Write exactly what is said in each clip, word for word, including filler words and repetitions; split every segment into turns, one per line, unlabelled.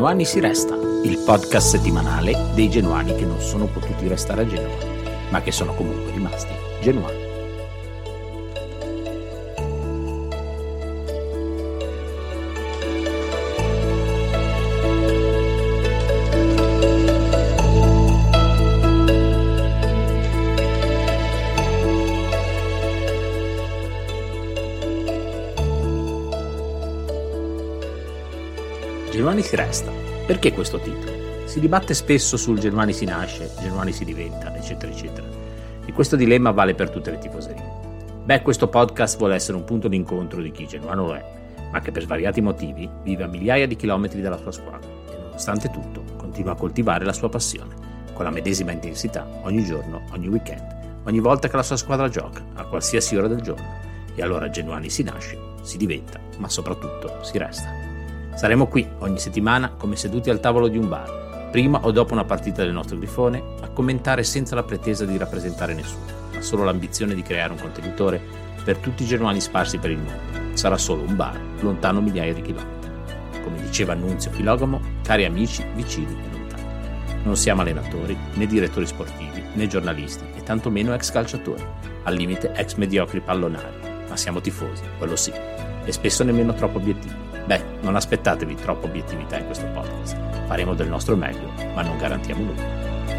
Genuani si resta, il podcast settimanale dei genuani che non sono potuti restare a Genova, ma che sono comunque rimasti genuani. Genuani si resta. Perché questo titolo? Si dibatte spesso sul Genuani si nasce, Genuani si diventa, eccetera, eccetera. E questo dilemma vale per tutte le tifoserie. Beh, questo podcast vuole essere un punto d'incontro di chi genuano lo è, ma che per svariati motivi vive a migliaia di chilometri dalla sua squadra e nonostante tutto continua a coltivare la sua passione, con la medesima intensità, ogni giorno, ogni weekend, ogni volta che la sua squadra gioca, a qualsiasi ora del giorno. E allora Genuani si nasce, si diventa, ma soprattutto si resta. Saremo qui ogni settimana come seduti al tavolo di un bar, prima o dopo una partita del nostro grifone, a commentare senza la pretesa di rappresentare nessuno, ma solo l'ambizione di creare un contenitore per tutti i genuani sparsi per il mondo. Sarà solo un bar, lontano migliaia di chilometri. Come diceva Nunzio Filogamo, cari amici, vicini e lontani. Non siamo allenatori, né direttori sportivi, né giornalisti, e tantomeno ex calciatori, al limite ex mediocri pallonari, ma siamo tifosi, quello sì, e spesso nemmeno troppo obiettivi. Beh, non aspettatevi troppa obiettività in questo podcast. Faremo del nostro meglio, ma non garantiamo nulla.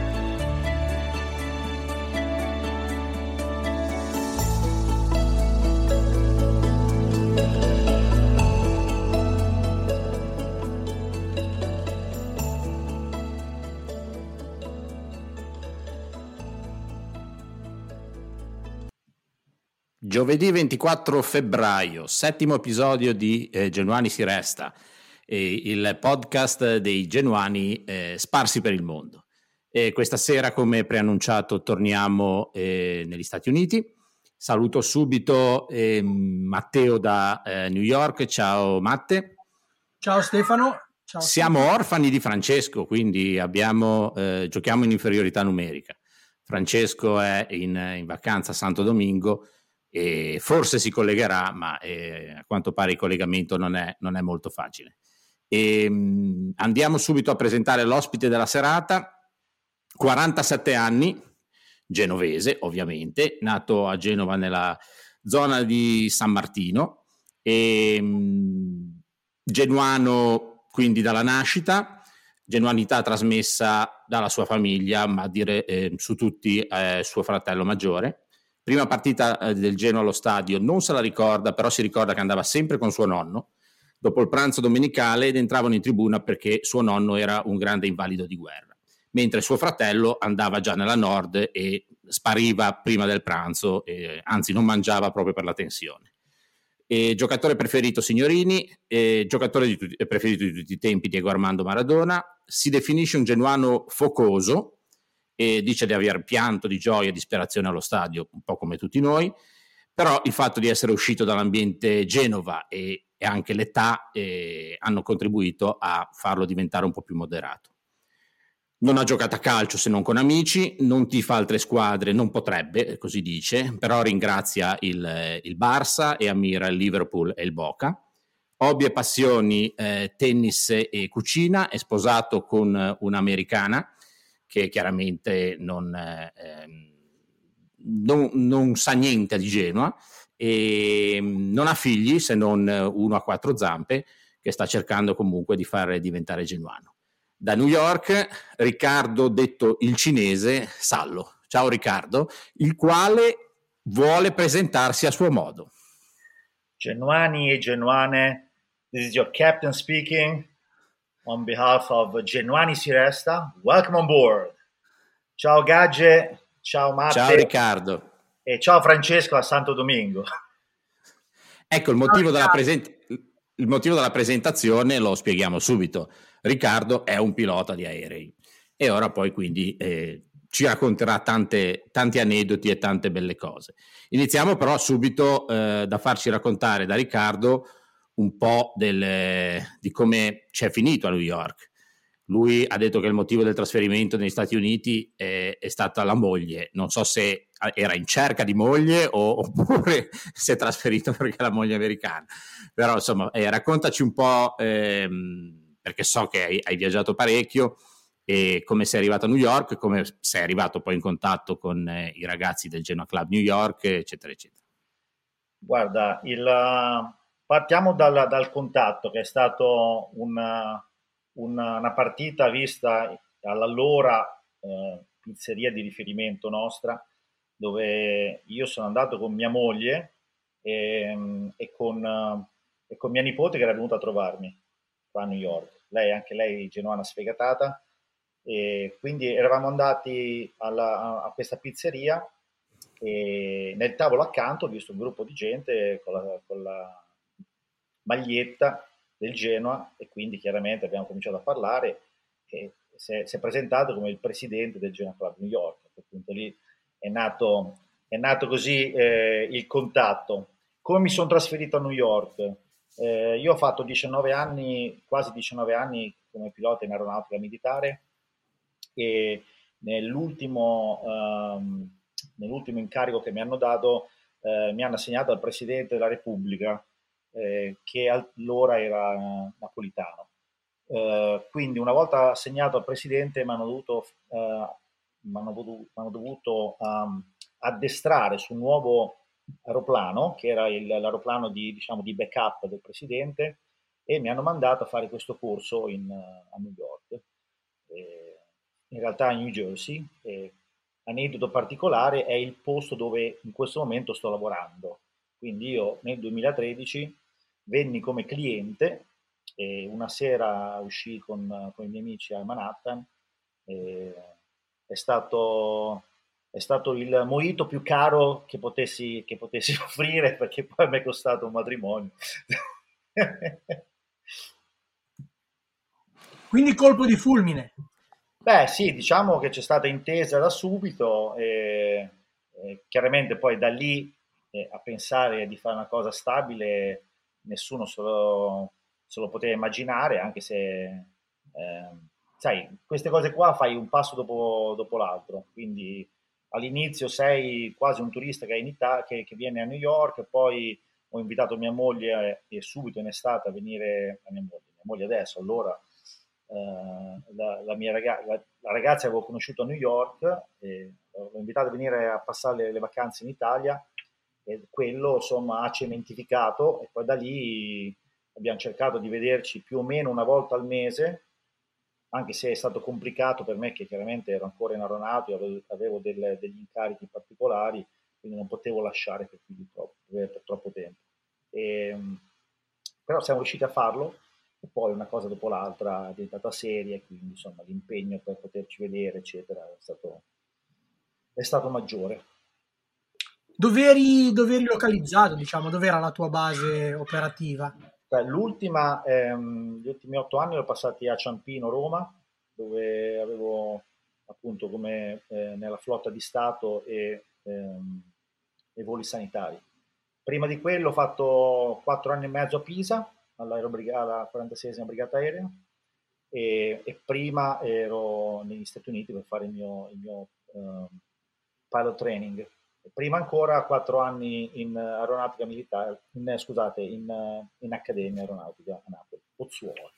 Giovedì ventiquattro febbraio, settimo episodio di eh, Genuani si resta, eh, il podcast dei genuani eh, sparsi per il mondo. E questa sera, come preannunciato, torniamo eh, negli Stati Uniti. Saluto subito eh, Matteo da eh, New York. Ciao Matte.
Ciao Stefano. Ciao,
Siamo Stefano. Orfani di Francesco, quindi abbiamo, eh, giochiamo in inferiorità numerica. Francesco è in, in vacanza a Santo Domingo, e forse si collegherà, ma eh, a quanto pare il collegamento non è, non è molto facile. E, mh, andiamo subito a presentare l'ospite della serata, quarantasette anni, genovese ovviamente, nato a Genova nella zona di San Martino, e, mh, genuano quindi dalla nascita, genuanità trasmessa dalla sua famiglia, ma a dire eh, su tutti eh, suo fratello maggiore. Prima partita eh, del Genoa allo stadio non se la ricorda, però si ricorda che andava sempre con suo nonno dopo il pranzo domenicale ed entravano in tribuna perché suo nonno era un grande invalido di guerra, mentre suo fratello andava già nella Nord e spariva prima del pranzo, eh, anzi non mangiava proprio per la tensione. E giocatore preferito Signorini, e giocatore di tutti, preferito di tutti i tempi Diego Armando Maradona, si definisce un genuano focoso e dice di aver pianto di gioia e disperazione allo stadio, un po' come tutti noi, però il fatto di essere uscito dall'ambiente Genova e, e anche l'età eh, hanno contribuito a farlo diventare un po' più moderato. Non ha giocato a calcio se non con amici, non tifa altre squadre, non potrebbe, così dice, però ringrazia il, il Barça e ammira il Liverpool e il Boca. Hobby e passioni, eh, tennis e cucina, è sposato con un'americana, che chiaramente non, eh, non, non sa niente di Genoa e non ha figli se non uno a quattro zampe che sta cercando comunque di far diventare genuano. Da New York, Riccardo, detto il cinese, Sallo. Ciao Riccardo, il quale vuole presentarsi a suo modo.
Genuani e genuane, this is your captain speaking. On behalf of Genuani si resta, welcome on board. Ciao Gagge, ciao Matte.
Ciao Riccardo.
E ciao Francesco a Santo Domingo.
Ecco, il motivo, della present- il motivo della presentazione lo spieghiamo subito. Riccardo è un pilota di aerei e ora poi quindi eh, ci racconterà tante, tanti aneddoti e tante belle cose. Iniziamo però subito eh, da farci raccontare da Riccardo un po' del, di come c'è finito a New York. Lui ha detto che il motivo del trasferimento negli Stati Uniti è, è stata la moglie. Non so se era in cerca di moglie o, oppure si è trasferito perché la moglie è americana. Però insomma, eh, raccontaci un po' ehm, perché so che hai, hai viaggiato parecchio, e come sei arrivato a New York, come sei arrivato poi in contatto con eh, i ragazzi del Genoa Club New York, eccetera, eccetera.
Guarda, il, partiamo dal, dal contatto, che è stato una, una, una partita vista all'allora eh, pizzeria di riferimento nostra, dove io sono andato con mia moglie e, e, con, e con mia nipote che era venuta a trovarmi qua a New York. Lei, anche lei, genuana sfegatata, e quindi eravamo andati alla, a questa pizzeria e nel tavolo accanto ho visto un gruppo di gente con la, con la maglietta del Genoa e quindi chiaramente abbiamo cominciato a parlare e si è, si è presentato come il presidente del Genoa Club New York. Appunto lì è nato, è nato così eh, il contatto. Come mi sono trasferito a New York? Eh, io ho fatto diciannove anni, quasi diciannove anni come pilota in aeronautica militare e nell'ultimo, um, nell'ultimo incarico che mi hanno dato eh, mi hanno assegnato al Presidente della Repubblica eh, che allora era napolitano. Eh, quindi una volta assegnato al Presidente mi hanno dovuto, eh, m'hanno dovuto, m'hanno dovuto um, addestrare su un nuovo aeroplano che era il, l'aeroplano di, diciamo, di backup del Presidente e mi hanno mandato a fare questo corso in, a New York. Eh, in realtà a New Jersey, eh, aneddoto particolare è il posto dove in questo momento sto lavorando. Quindi io nel duemilatredici venni come cliente e una sera uscì con, con i miei amici a Manhattan. E è stato, è stato il mojito più caro che potessi, che potessi offrire perché poi mi è costato un matrimonio.
Quindi colpo di fulmine.
Beh, sì, diciamo che c'è stata intesa da subito e, e chiaramente poi da lì eh, a pensare di fare una cosa stabile nessuno se lo, se lo poteva immaginare, anche se, eh, sai, queste cose qua fai un passo dopo, dopo l'altro, quindi all'inizio sei quasi un turista che, è in Ita- che, che viene a New York, poi ho invitato mia moglie e subito in estate a venire, a mia moglie, mia moglie adesso, allora Uh, la, la mia ragazza, la, la ragazza che avevo conosciuto a New York e l'ho invitata a venire a passare le, le vacanze in Italia e quello insomma ha cementificato e poi da lì abbiamo cercato di vederci più o meno una volta al mese, anche se è stato complicato per me che chiaramente ero ancora in aeronautica, avevo, avevo del, degli incarichi particolari, quindi non potevo lasciare per, più di troppo, per troppo tempo. E, però siamo riusciti a farlo e poi una cosa dopo l'altra è diventata seria, quindi insomma l'impegno per poterci vedere, eccetera, è stato, è stato maggiore.
Dove eri, dove eri localizzato, diciamo, dove era la tua base operativa?
Beh, l'ultima, ehm, gli ultimi otto anni li ho passati a Ciampino, Roma, dove avevo appunto come eh, nella flotta di Stato e, ehm, e voli sanitari. Prima di quello ho fatto quattro anni e mezzo a Pisa, alla quarantaseiesima Brigata Aerea, e, e prima ero negli Stati Uniti per fare il mio, il mio ehm, pilot training. E prima ancora quattro anni in aeronautica militare, in, scusate, in, in accademia aeronautica a Napoli, Pozzuolo.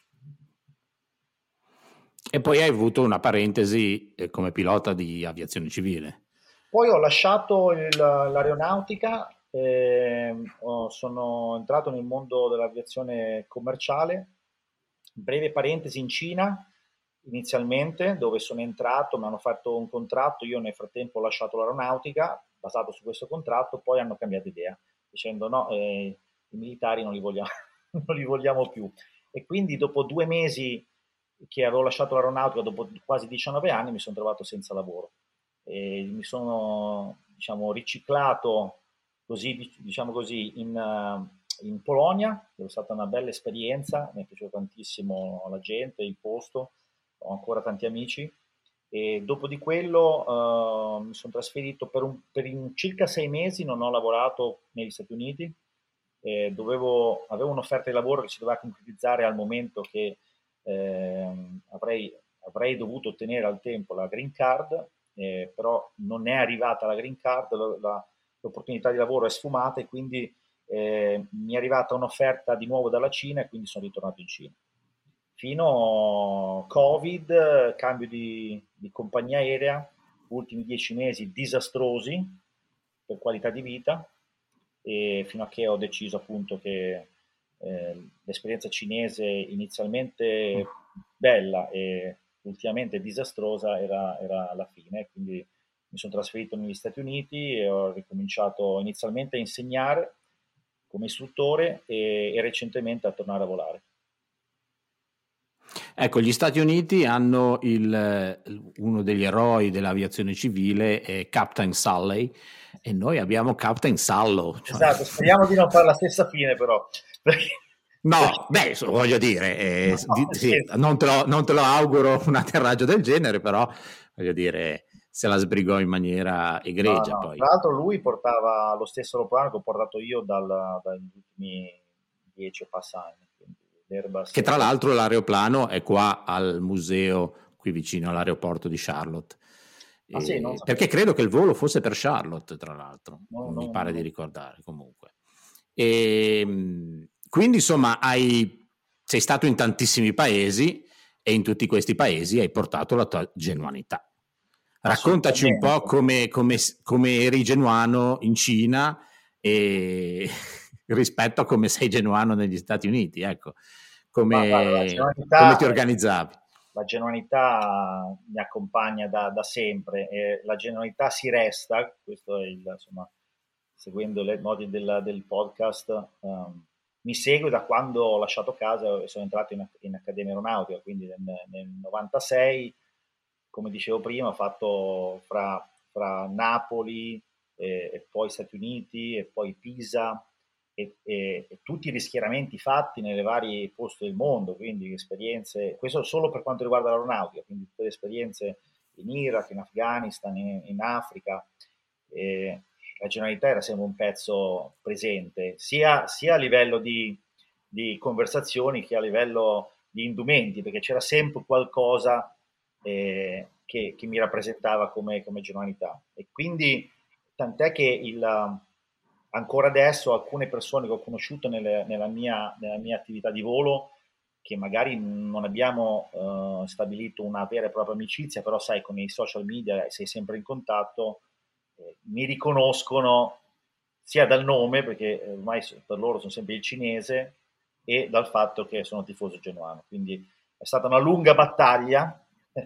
E poi hai avuto una parentesi eh, come pilota di aviazione civile.
Poi ho lasciato il, l'aeronautica, eh, sono entrato nel mondo dell'aviazione commerciale, breve parentesi in Cina inizialmente, dove sono entrato, mi hanno fatto un contratto, io nel frattempo ho lasciato l'aeronautica, basato su questo contratto, poi hanno cambiato idea, dicendo no, eh, i militari non li vogliamo, non li vogliamo più. E quindi dopo due mesi che avevo lasciato l'aeronautica, dopo quasi diciannove anni, mi sono trovato senza lavoro. E mi sono, diciamo, riciclato così, diciamo così, in, in Polonia, dove è stata una bella esperienza, mi è piaciuto tantissimo la gente, il posto, ho ancora tanti amici e dopo di quello uh, mi sono trasferito per, un, per in circa sei mesi, non ho lavorato negli Stati Uniti, eh, dovevo, avevo un'offerta di lavoro che si doveva concretizzare al momento che eh, avrei, avrei dovuto ottenere al tempo la green card, eh, però non è arrivata la green card, la, la, l'opportunità di lavoro è sfumata e quindi eh, mi è arrivata un'offerta di nuovo dalla Cina e quindi sono ritornato in Cina. fino a Covid, cambio di, di compagnia aerea, ultimi dieci mesi disastrosi per qualità di vita, e fino a che ho deciso appunto che eh, l'esperienza cinese inizialmente bella e ultimamente disastrosa era, era la fine, quindi mi sono trasferito negli Stati Uniti e ho ricominciato inizialmente a insegnare come istruttore e, e recentemente a tornare a volare.
Ecco, gli Stati Uniti hanno il, uno degli eroi dell'aviazione civile, è Captain Sully, e noi abbiamo Captain Sallo. Cioè...
Esatto, speriamo di non fare la stessa fine però. Perché,
no, perché... beh, voglio dire, eh,
no,
di, sì, non, te lo, non te lo auguro un atterraggio del genere, però voglio dire, se la sbrigò in maniera egregia.
No, no.
Poi.
Tra l'altro lui portava lo stesso aeroplano che ho portato io dal, dagli ultimi dieci e passa anni.
Che tra l'altro l'aeroplano è qua al museo, qui vicino all'aeroporto di Charlotte.
Ah, sì, non
perché credo che il volo fosse per Charlotte, tra l'altro,
no,
mi
no,
pare
no.
di ricordare comunque. E, quindi insomma hai, sei stato in tantissimi paesi e in tutti questi paesi hai portato la tua genuanità. Raccontaci un po' come, come, come eri genuano in Cina e rispetto a come sei genuano negli Stati Uniti, ecco, come,
guarda,
come ti organizzavi.
La genuinità mi accompagna da, da sempre e la genuinità si resta, questo è il, insomma, seguendo le modi del, del podcast, um, mi segue da quando ho lasciato casa e sono entrato in, in Accademia Aeronautica, quindi nel, nel novantasei, come dicevo prima, ho fatto fra, fra Napoli e, e poi Stati Uniti e poi Pisa e, e, e tutti i rischieramenti fatti nelle varie posti del mondo, quindi esperienze, questo solo per quanto riguarda l'aeronautica, quindi tutte le esperienze in Iraq, in Afghanistan, in, in Africa. E la generalità era sempre un pezzo presente, sia, sia a livello di, di conversazioni che a livello di indumenti, perché c'era sempre qualcosa eh, che, che mi rappresentava come, come genuinità. E quindi tant'è che il, ancora adesso alcune persone che ho conosciuto nelle, nella, mia, nella mia attività di volo, che magari non abbiamo uh, stabilito una vera e propria amicizia, però sai, con i social media sei sempre in contatto, eh, mi riconoscono sia dal nome, perché ormai per loro sono sempre il cinese, e dal fatto che sono tifoso genuano. Quindi è stata una lunga battaglia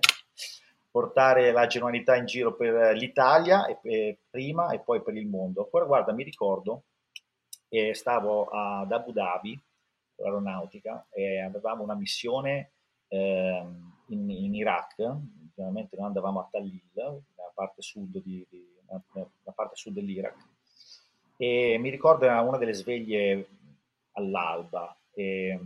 portare la genuinità in giro per l'Italia e per, prima e poi per il mondo. Ancora guarda, mi ricordo, eh, stavo ad Abu Dhabi, l'aeronautica, e avevamo una missione eh, in, in Iraq, ovviamente noi andavamo a Tallil, la parte sud, di, di, la parte sud dell'Iraq, e mi ricordo era una delle sveglie all'alba, e,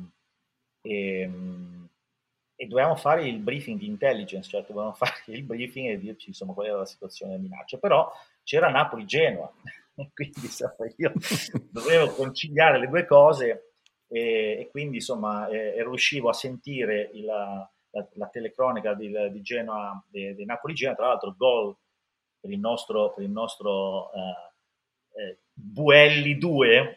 e e dovevamo fare il briefing di intelligence, cioè dovevamo fare il briefing e dirci insomma qual era la situazione della minaccia, però c'era Napoli-Genoa, quindi insomma, io dovevo conciliare le due cose e, e quindi insomma eh, riuscivo a sentire il, la, la telecronica di, di Genoa, di, di Napoli-Genoa, tra l'altro gol per il nostro, per il nostro eh, eh, Buelli due,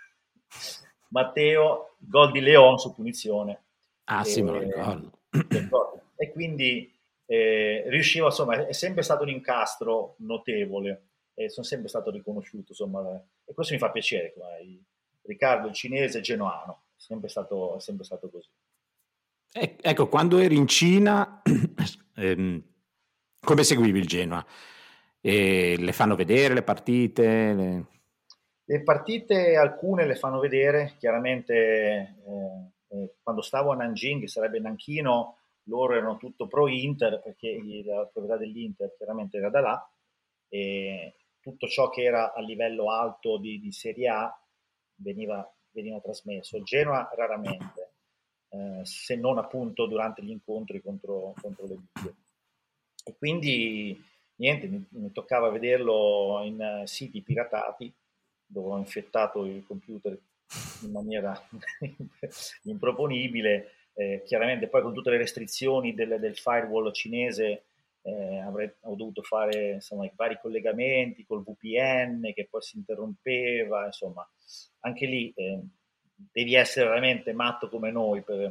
Matteo, gol di Leon su punizione.
Ah,
e,
sì, me lo ricordo.
E quindi eh, riuscivo, insomma, è sempre stato un incastro notevole e sono sempre stato riconosciuto, insomma, e questo mi fa piacere. Il Riccardo, il cinese genuano, è sempre stato, è sempre stato così.
E, ecco, quando eri in Cina, ehm, come seguivi il Genoa? E le fanno vedere le partite? Le...
le partite alcune le fanno vedere, chiaramente eh, eh, quando stavo a Nanjing, sarebbe Nanchino, loro erano tutto pro Inter perché la proprietà dell'Inter chiaramente era da là, e tutto ciò che era a livello alto di, di Serie A veniva, veniva trasmesso. Il Genoa raramente, eh, se non appunto durante gli incontri contro, contro le big. E quindi niente, mi, mi toccava vederlo in uh, siti piratati dove ho infettato il computer in maniera improponibile, eh, chiaramente poi con tutte le restrizioni del, del firewall cinese eh, avrei, ho dovuto fare insomma, i vari collegamenti col V P N che poi si interrompeva, insomma anche lì eh, devi essere veramente matto come noi per,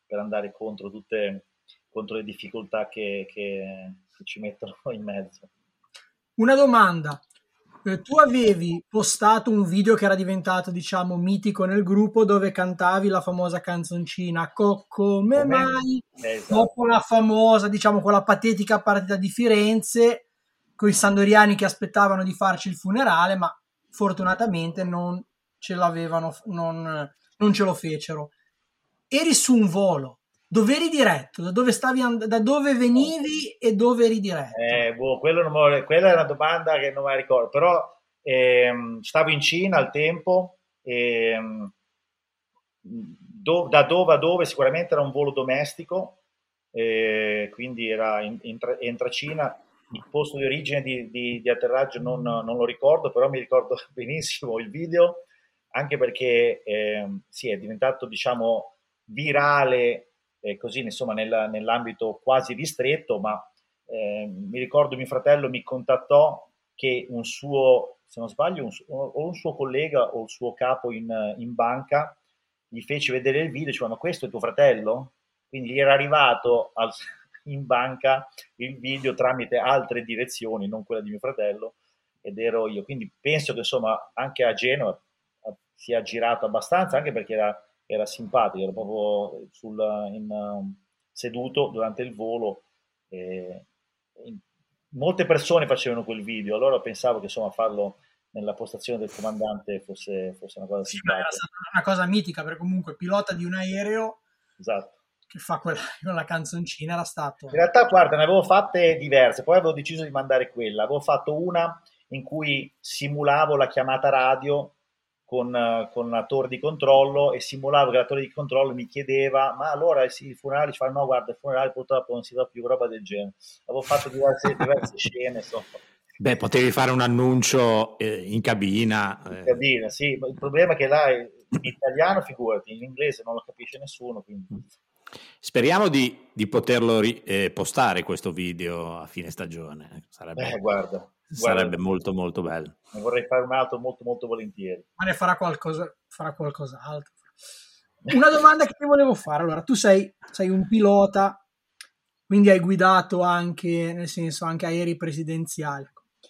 per andare contro tutte contro le difficoltà che, che, che ci mettono in mezzo.
Una domanda. Eh, tu avevi postato un video che era diventato, diciamo, mitico nel gruppo, dove cantavi la famosa canzoncina Cocco me mai,
esatto.
Dopo la famosa, diciamo, quella patetica partita di Firenze con i sandoriani che aspettavano di farci il funerale, ma fortunatamente non ce l'avevano, non, non ce lo fecero. Eri su un volo, dove eri diretto? Da dove stavi and- da dove venivi e dove eri diretto?
Eh, boh, quello non me lo- quella è una domanda che non me la ricordo, però ehm, stavo in Cina al tempo, ehm, do- da dove a dove sicuramente era un volo domestico, eh, quindi era in, intra, entra Cina. Il posto di origine di, di- di atterraggio non, non lo ricordo, però mi ricordo benissimo il video, anche perché ehm, sì, è diventato, diciamo, virale, eh, così insomma nella- nell'ambito quasi ristretto, ma eh, mi ricordo mio fratello mi contattò che un suo, se non sbaglio, un, su- o un suo collega o il suo capo in, in banca gli fece vedere il video, diceva: ma questo è tuo fratello? Quindi gli era arrivato al- in banca il video tramite altre direzioni, non quella di mio fratello, ed ero io. Quindi penso che insomma anche a Genova eh, sia girato abbastanza, anche perché era, era simpatico, era proprio sul, in, um, seduto durante il volo. E, in- molte persone facevano quel video, allora pensavo che insomma farlo nella postazione del comandante fosse, fosse una cosa
Sì, ma era
simpatica.
stata una cosa mitica, perché comunque pilota di un aereo
Esatto.
che fa quella con la canzoncina era stato...
In realtà, guarda, ne avevo fatte diverse, poi avevo deciso di mandare quella. Avevo fatto una in cui simulavo la chiamata radio con, eh, con la torre di controllo, e simulavo che la torre di controllo mi chiedeva: ma allora sì, il funerale? Ci fa: no, guarda, il funerale purtroppo non si fa più, roba del genere. Avevo fatto diverse, diverse scene, insomma.
Beh, potevi fare un annuncio eh, in cabina.
In
eh.
cabina, sì, ma il problema è che là in italiano, figurati, in inglese non lo capisce nessuno, quindi...
Speriamo di, di poterlo ri- eh, postare questo video a fine stagione. Sarebbe,
Eh, guarda,
sarebbe
guarda,
molto molto bello.
ne vorrei fare un altro molto molto volentieri.
Ma ne farà qualcosa, farà qualcos'altro. Una domanda che ti volevo fare. Allora, tu sei, sei un pilota, quindi hai guidato anche, nel senso, anche aerei presidenziali.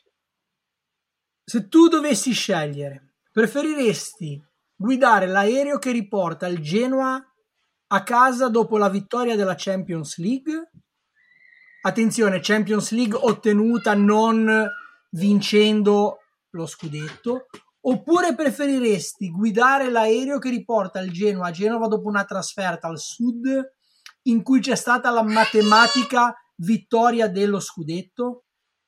Se tu dovessi scegliere, preferiresti guidare l'aereo che riporta il Genoa a casa dopo la vittoria della Champions League? Attenzione, Champions League ottenuta non vincendo lo scudetto. Oppure preferiresti guidare l'aereo che riporta il Genoa a Genova dopo una trasferta al sud in cui c'è stata la matematica vittoria dello scudetto?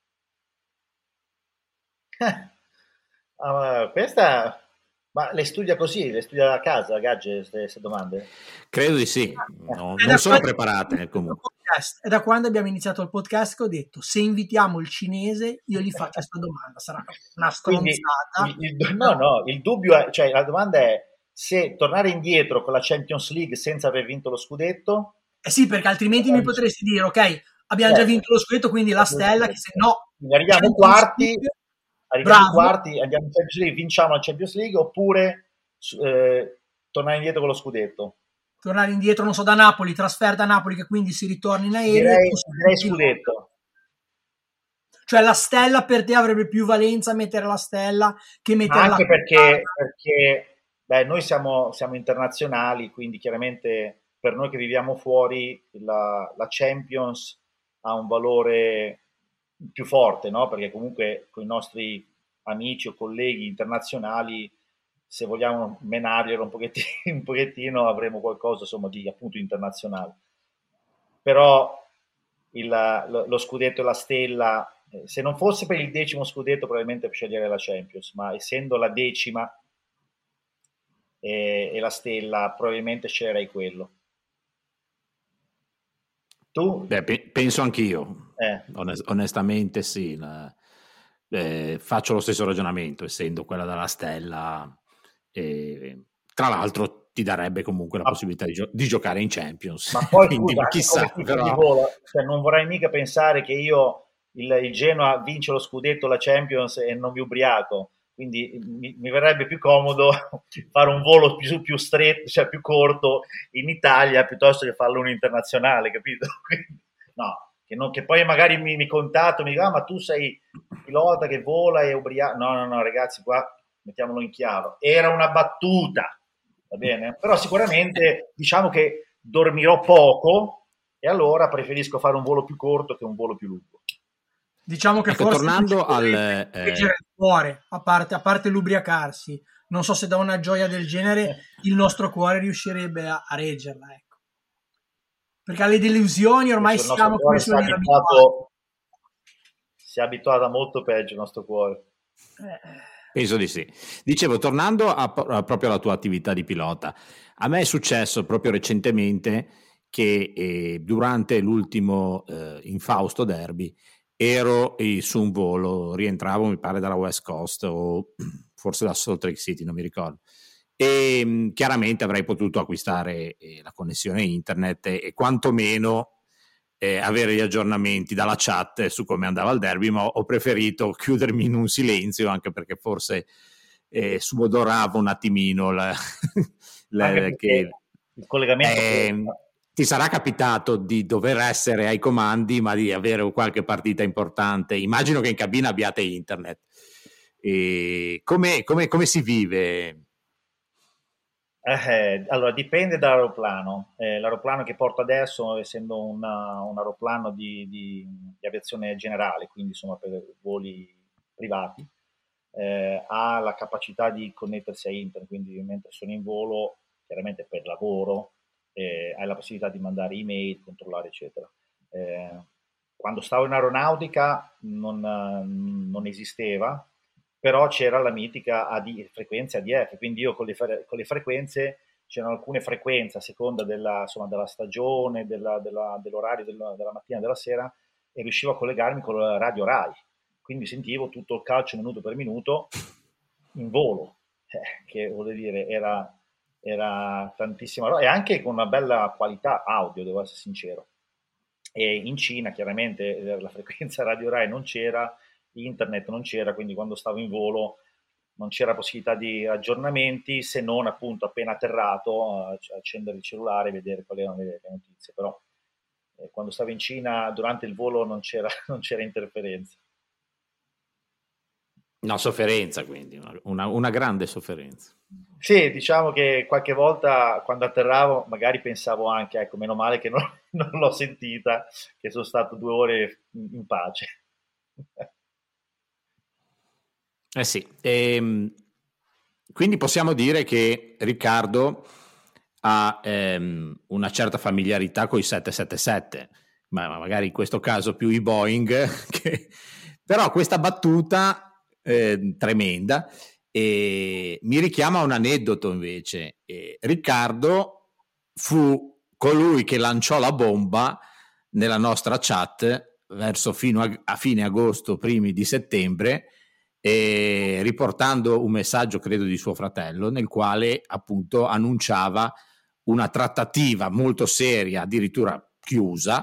Ah, questa, ma le studia così, le studia a casa, Gagge, queste domande?
Credo di sì, no,
È
non
da
sono
quando-
preparate comunque.
È da quando abbiamo iniziato il podcast che ho detto: se invitiamo il cinese io gli faccio questa domanda, sarà una
Quindi,
stronzata.
il, il- no, no, il dubbio è, cioè la domanda è se tornare indietro con la Champions League senza aver vinto lo scudetto.
Eh sì, perché altrimenti mi potresti dire: ok, abbiamo già
Certo.
vinto lo scudetto, quindi la stella, che se no
Quindi arriviamo
Champions
quarti,
League,
arriviamo
bravo,
quarti, andiamo in Champions League, vinciamo la Champions League, oppure eh, tornare indietro con lo scudetto.
tornare indietro, non so, da Napoli, trasferta a Napoli, che quindi si ritorna in aereo.
Direi,
tu
direi
sei-
scudetto.
Cioè la stella per te avrebbe più valenza mettere la stella che
Ma
mettere la
anche perché, perché beh, noi siamo, siamo internazionali, quindi chiaramente per noi che viviamo fuori la, la Champions ha un valore più forte, no? Perché comunque con i nostri amici o colleghi internazionali, se vogliamo menarglielo un pochettino, un pochettino avremo qualcosa insomma di appunto internazionale. Però il, lo, lo scudetto e la stella, eh, se non fosse per il decimo scudetto probabilmente scegliere la Champions, ma essendo la decima e, e la stella probabilmente sceglierei quello. Tu?
Beh, pe- penso anch'io,
Eh.
Onest- onestamente sì, la- eh, faccio lo stesso ragionamento, essendo quella della stella, e, tra l'altro ti darebbe comunque la
Ma,
possibilità di, gio- di giocare in Champions,
ma poi
quindi
scusa,
chissà,
come tipo
però...
di volo, cioè, non vorrei mica pensare che io il, il Genoa vince lo scudetto, la Champions e non mi ubriaco, quindi mi, mi verrebbe più comodo fare un volo più, più stretto, cioè più corto in Italia piuttosto che farlo uno internazionale, capito? Quindi, no, che, non, che poi magari mi, mi contatto, mi dico, ah, ma tu sei pilota che vola e ubriaco. No, no, no, ragazzi, qua mettiamolo in chiaro. Era una battuta, va bene? Però sicuramente diciamo che dormirò poco e allora preferisco fare un volo più corto che un volo più lungo.
Diciamo che
ecco,
forse
tornando al
reggere il cuore, a parte, a parte l'ubriacarsi. Non so se da una gioia del genere il nostro cuore riuscirebbe a, a reggerla, ecco. Perché alle delusioni ormai
il
siamo come
si è
suoni
abituato, si è abituato a molto peggio il nostro cuore.
Penso di sì. Dicevo, tornando a, a proprio alla tua attività di pilota, a me è successo proprio recentemente che eh, durante l'ultimo eh, infausto derby ero eh, su un volo, rientravo mi pare dalla West Coast o forse da Salt Lake City, non mi ricordo, e mh, chiaramente avrei potuto acquistare eh, la connessione internet e, e quantomeno eh, avere gli aggiornamenti dalla chat su come andava il derby, ma ho preferito chiudermi in un silenzio, anche perché forse eh, subodoravo un attimino la, la, che
il collegamento
eh, ti sarà capitato di dover essere ai comandi, ma di avere qualche partita importante. Immagino che in cabina abbiate internet. E come, come, come si vive?
Eh, allora, dipende dall'aeroplano. Eh, l'aeroplano che porto adesso, essendo una, un aeroplano di, di, di aviazione generale, quindi insomma per voli privati, eh, ha la capacità di connettersi a internet, quindi mentre sono in volo, chiaramente per lavoro, eh, hai la possibilità di mandare email, controllare, eccetera. Eh, quando stavo in aeronautica non, non esisteva, però c'era la mitica A D, frequenza A D F, quindi io con le, fre- con le frequenze, c'erano alcune frequenze a seconda della, insomma, della stagione, della, della, dell'orario della, della mattina e della sera, e riuscivo a collegarmi con la radio Rai, quindi sentivo tutto il calcio minuto per minuto in volo, eh, che vuol dire era, era tantissima roba, e anche con una bella qualità audio, devo essere sincero. E in Cina chiaramente la frequenza radio Rai non c'era, internet non c'era, quindi quando stavo in volo non c'era possibilità di aggiornamenti, se non appunto appena atterrato accendere il cellulare e vedere quali erano le, le notizie, però eh, quando stavo in Cina durante il volo non c'era, non c'era interferenza.
Una sofferenza, quindi, una, una grande sofferenza.
Sì, diciamo che qualche volta quando atterravo magari pensavo anche, ecco, meno male che non, non l'ho sentita, che sono stato due ore in, in pace.
Eh sì, ehm, quindi possiamo dire che Riccardo ha ehm, una certa familiarità con i sette sette sette, ma magari in questo caso più i Boeing, che... però questa battuta eh, tremenda e mi richiama a un aneddoto invece. E Riccardo fu colui che lanciò la bomba nella nostra chat verso fino a, a fine agosto, primi di settembre, e riportando un messaggio credo di suo fratello nel quale appunto annunciava una trattativa molto seria, addirittura chiusa,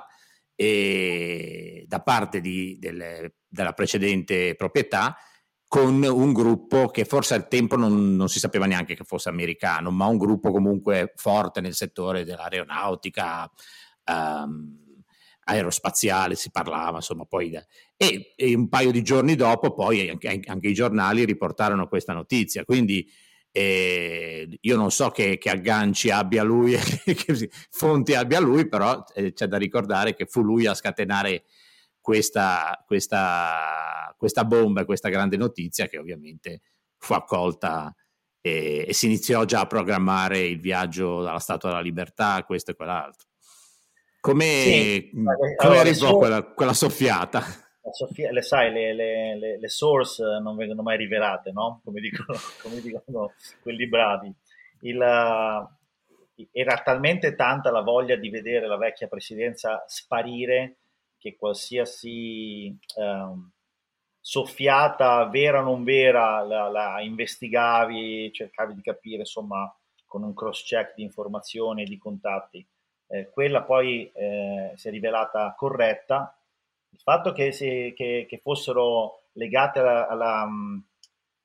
e da parte di, delle, della precedente proprietà con un gruppo che forse al tempo non, non si sapeva neanche che fosse americano, ma un gruppo comunque forte nel settore dell'aeronautica, um, aerospaziale si parlava, insomma, poi e, e un paio di giorni dopo poi anche, anche i giornali riportarono questa notizia, quindi eh, io non so che, che agganci abbia lui, che fonti abbia lui, però eh, c'è da ricordare che fu lui a scatenare questa, questa, questa bomba, questa grande notizia che ovviamente fu accolta e, e si iniziò già a programmare il viaggio dalla Statua della Libertà, questo e quell'altro. Come,
sì,
come
allora,
arrivò
so-
quella, quella soffiata?
Sofia, le sai, le, le, le, le source non vengono mai rivelate, no? Come dicono, come dicono quelli bravi. Il, uh, era talmente tanta la voglia di vedere la vecchia presidenza sparire che qualsiasi um, soffiata, vera o non vera, la, la investigavi, cercavi di capire, insomma, con un cross-check di informazioni e di contatti. Eh, quella poi eh, si è rivelata corretta. Il fatto che, si, che, che fossero legate alla, alla,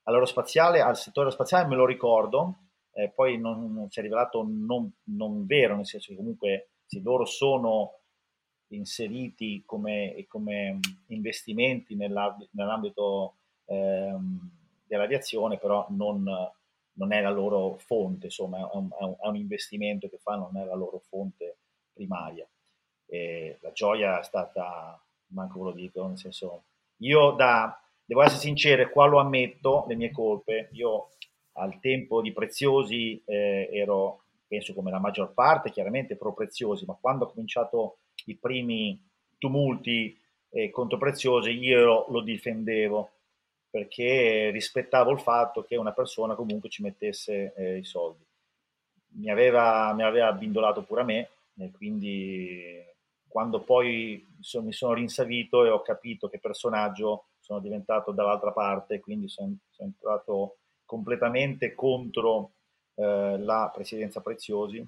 all'aerospaziale, al settore aerospaziale me lo ricordo, eh, poi non, non si è rivelato non, non vero, nel senso che comunque se loro sono inseriti come, come investimenti nell'ambito ehm, dell'aviazione, però non, non è la loro fonte, insomma è un, è un investimento che fanno, non è la loro fonte primaria. E la gioia è stata, manco ve lo dico, nel senso, io da, devo essere sincero, qua lo ammetto, le mie colpe, io al tempo di Preziosi eh, ero, penso come la maggior parte, chiaramente pro Preziosi, ma quando ho cominciato i primi tumulti eh, contro Preziosi io lo difendevo perché rispettavo il fatto che una persona comunque ci mettesse eh, i soldi. Mi aveva, mi aveva abbindolato pure a me, e quindi quando poi so, mi sono rinsavito e ho capito che personaggio sono diventato dall'altra parte, quindi sono, sono entrato completamente contro eh, la presidenza Preziosi.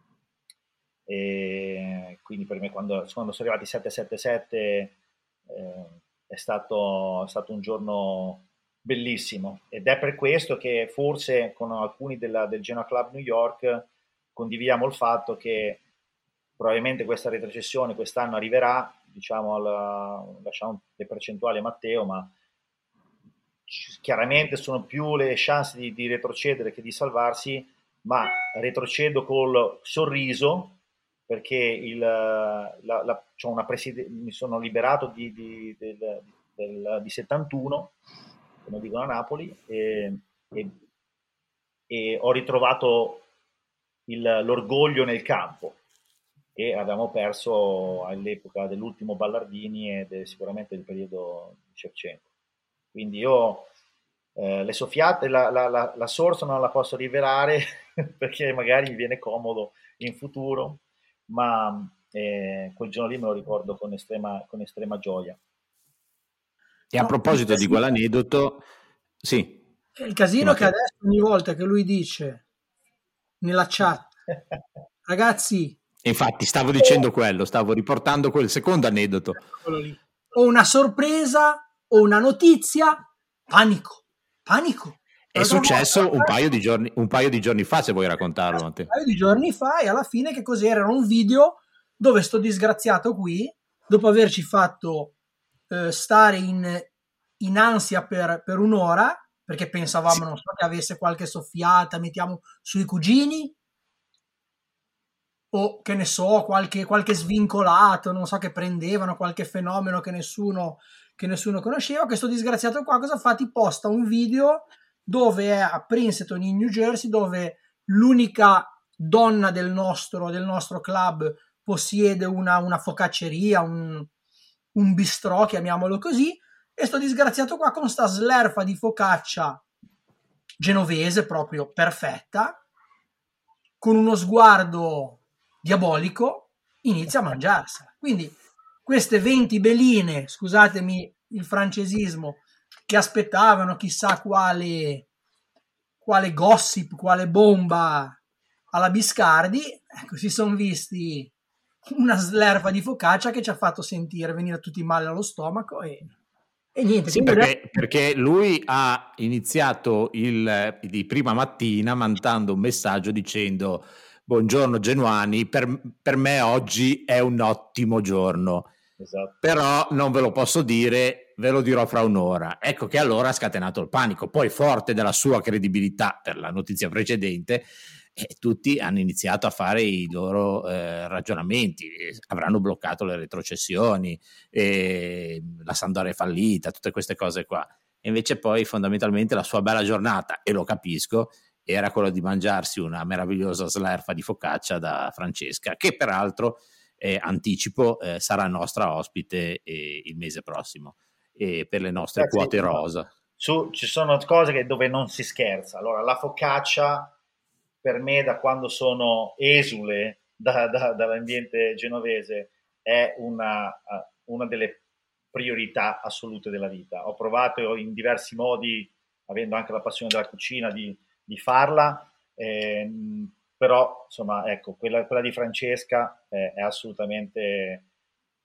E quindi per me quando, quando sono arrivati sette sette sette eh, è, stato, è stato un giorno bellissimo, ed è per questo che forse con alcuni della, del Genoa Club New York condividiamo il fatto che probabilmente questa retrocessione quest'anno arriverà, diciamo alla, lasciamo le percentuali a Matteo, ma chiaramente sono più le chance di, di retrocedere che di salvarsi, ma retrocedo col sorriso perché il, la, la, c'ho una preside- mi sono liberato di, di, del, del, di settantuno, come dicono a Napoli, e, e, e ho ritrovato il, l'orgoglio nel campo, che avevamo perso all'epoca dell'ultimo Ballardini e de, sicuramente del periodo di Shevchenko. Quindi io eh, le soffiate, la, la, la, la sorsa non la posso rivelare perché magari mi viene comodo in futuro, ma eh, quel giorno lì me lo ricordo con estrema, con estrema gioia.
E a
No,
proposito di quell'aneddoto, sì.
il casino che adesso ogni volta che lui dice nella chat, ragazzi,
Infatti stavo dicendo quello, stavo riportando quel secondo aneddoto.
Lì. O una sorpresa o una notizia, panico, panico.
È successo un paio di giorni, un paio di giorni fa, se vuoi raccontarlo.
Un paio di giorni fa, e alla fine che cos'era? Era un video dove sto disgraziato qui, dopo averci fatto eh, stare in, in ansia per, per un'ora, perché pensavamo, sì, non so, che avesse qualche soffiata, mettiamo sui cugini, o che ne so, qualche, qualche svincolato, non so, che prendevano qualche fenomeno che nessuno, che nessuno conosceva. Questo disgraziato qua cosa fa? Ti posta un video dove è a Princeton in New Jersey, dove l'unica donna del nostro, del nostro club possiede una, una focacceria, un, un bistrò, chiamiamolo così, e sto disgraziato qua con sta slerfa di focaccia genovese proprio perfetta, con uno sguardo diabolico, inizia a mangiarsela. Quindi queste venti beline, scusatemi il francesismo, che aspettavano chissà quale, quale gossip, quale bomba alla Biscardi, ecco, si sono visti una slerfa di focaccia che ci ha fatto sentire venire tutti male allo stomaco e, e niente.
Sì, perché, perché lui ha iniziato il, di prima mattina mandando un messaggio dicendo: buongiorno Genuani, per, per me oggi è un ottimo giorno. Esatto. Però non ve lo posso dire, ve lo dirò fra un'ora. Ecco che allora ha scatenato il panico. Poi, forte della sua credibilità per la notizia precedente, eh, tutti hanno iniziato a fare i loro eh, ragionamenti, avranno bloccato le retrocessioni, eh, la Sampdoria è fallita, tutte queste cose qua. E invece poi fondamentalmente la sua bella giornata, e lo capisco, era quello di mangiarsi una meravigliosa slerfa di focaccia da Francesca, che peraltro eh, anticipo eh, sarà nostra ospite eh, il mese prossimo eh, per le nostre
Grazie,
quote rosa.
Su, ci sono cose che, dove non si scherza. Allora, la focaccia per me, da quando sono esule da, da, dall'ambiente genovese, è una, una delle priorità assolute della vita. Ho provato in diversi modi, avendo anche la passione della cucina, di, di farla, ehm, però insomma, ecco, quella, quella di Francesca è, è assolutamente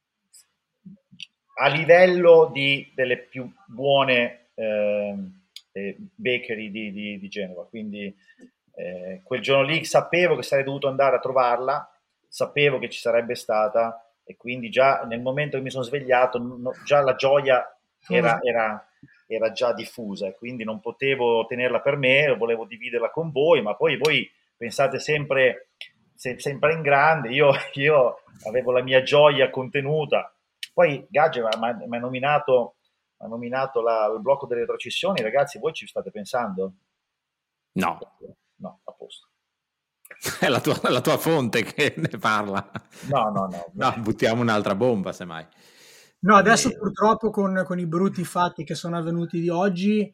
a livello di, delle più buone eh, eh, bakery di, di, di Genova, quindi eh, quel giorno lì sapevo che sarei dovuto andare a trovarla, sapevo che ci sarebbe stata, e quindi già nel momento che mi sono svegliato no, già la gioia era, era, era già diffusa, e quindi non potevo tenerla per me, volevo dividerla con voi, ma poi voi pensate sempre, se, sempre in grande. Io, io avevo la mia gioia contenuta. Poi Gagge mi ha nominato, ha nominato la, il blocco delle retrocessioni. Ragazzi, voi ci state pensando?
No.
No, a posto.
È la tua, la tua fonte che ne parla.
No, no, no.
No, buttiamo un'altra bomba, semmai.
No, adesso e... purtroppo con, con i brutti fatti che sono avvenuti di oggi,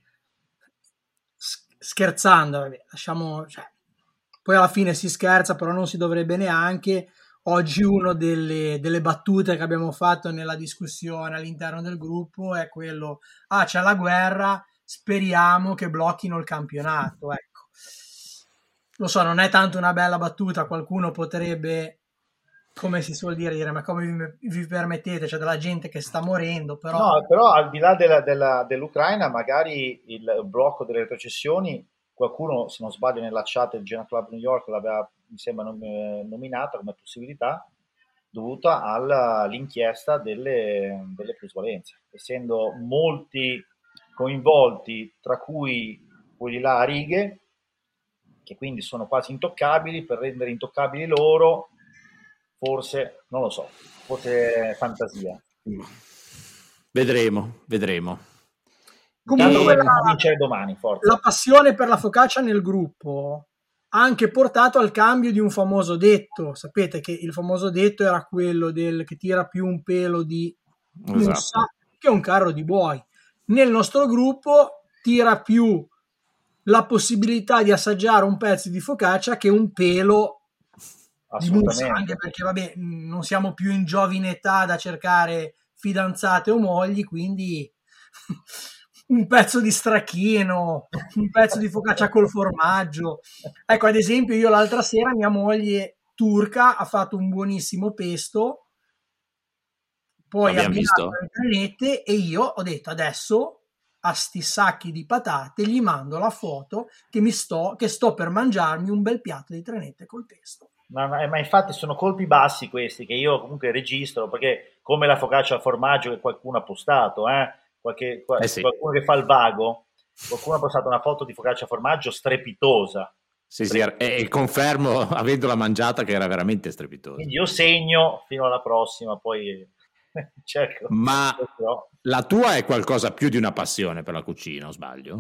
scherzando, vabbè, lasciamo, cioè, poi alla fine si scherza, però non si dovrebbe neanche. Oggi una delle, delle battute che abbiamo fatto nella discussione all'interno del gruppo è quello, ah, c'è la guerra, speriamo che blocchino il campionato, ecco. Lo so, non è tanto una bella battuta, qualcuno potrebbe, come si suol dire, ma come vi, vi permettete, c'è della gente che sta morendo, però...
No, però al di là della, della, dell'Ucraina, magari il blocco delle retrocessioni, qualcuno, se non sbaglio nella chat del Genoa Club New York l'aveva, mi sembra, nominata come possibilità, dovuta all'inchiesta delle, delle plusvalenze, essendo molti coinvolti, tra cui quelli là a righe, che quindi sono quasi intoccabili, per rendere intoccabili loro, forse, non lo so, forse fantasia.
Vedremo, vedremo.
Comunque
la,
la,
vincere domani, forza.
La passione per la focaccia nel gruppo ha anche portato al cambio di un famoso detto. Sapete che il famoso detto era quello del che tira più un pelo di mussa, esatto, che un carro di buoi. Nel nostro gruppo tira più la possibilità di assaggiare un pezzo di focaccia che un pelo di mussa, anche perché vabbè, non siamo più in giovine età da cercare fidanzate o mogli, quindi un pezzo di stracchino, un pezzo di focaccia col formaggio. Ecco, ad esempio, io l'altra sera mia moglie turca ha fatto un buonissimo pesto, poi abbinato alle granette, e io ho detto adesso a sti sacchi di patate gli mando la foto che mi sto che sto per mangiarmi un bel piatto di trenette col pesto.
Ma, ma infatti sono colpi bassi questi che io comunque registro, perché come la focaccia al formaggio che qualcuno ha postato, eh? Qualche,
eh sì.
qualcuno che fa il vago, qualcuno ha postato una foto di focaccia al formaggio strepitosa.
Sì, sì, e confermo, avendola mangiata, che era veramente strepitosa.
Quindi io segno fino alla prossima, poi cerco.
Ma la tua è qualcosa più di una passione per la cucina, o sbaglio?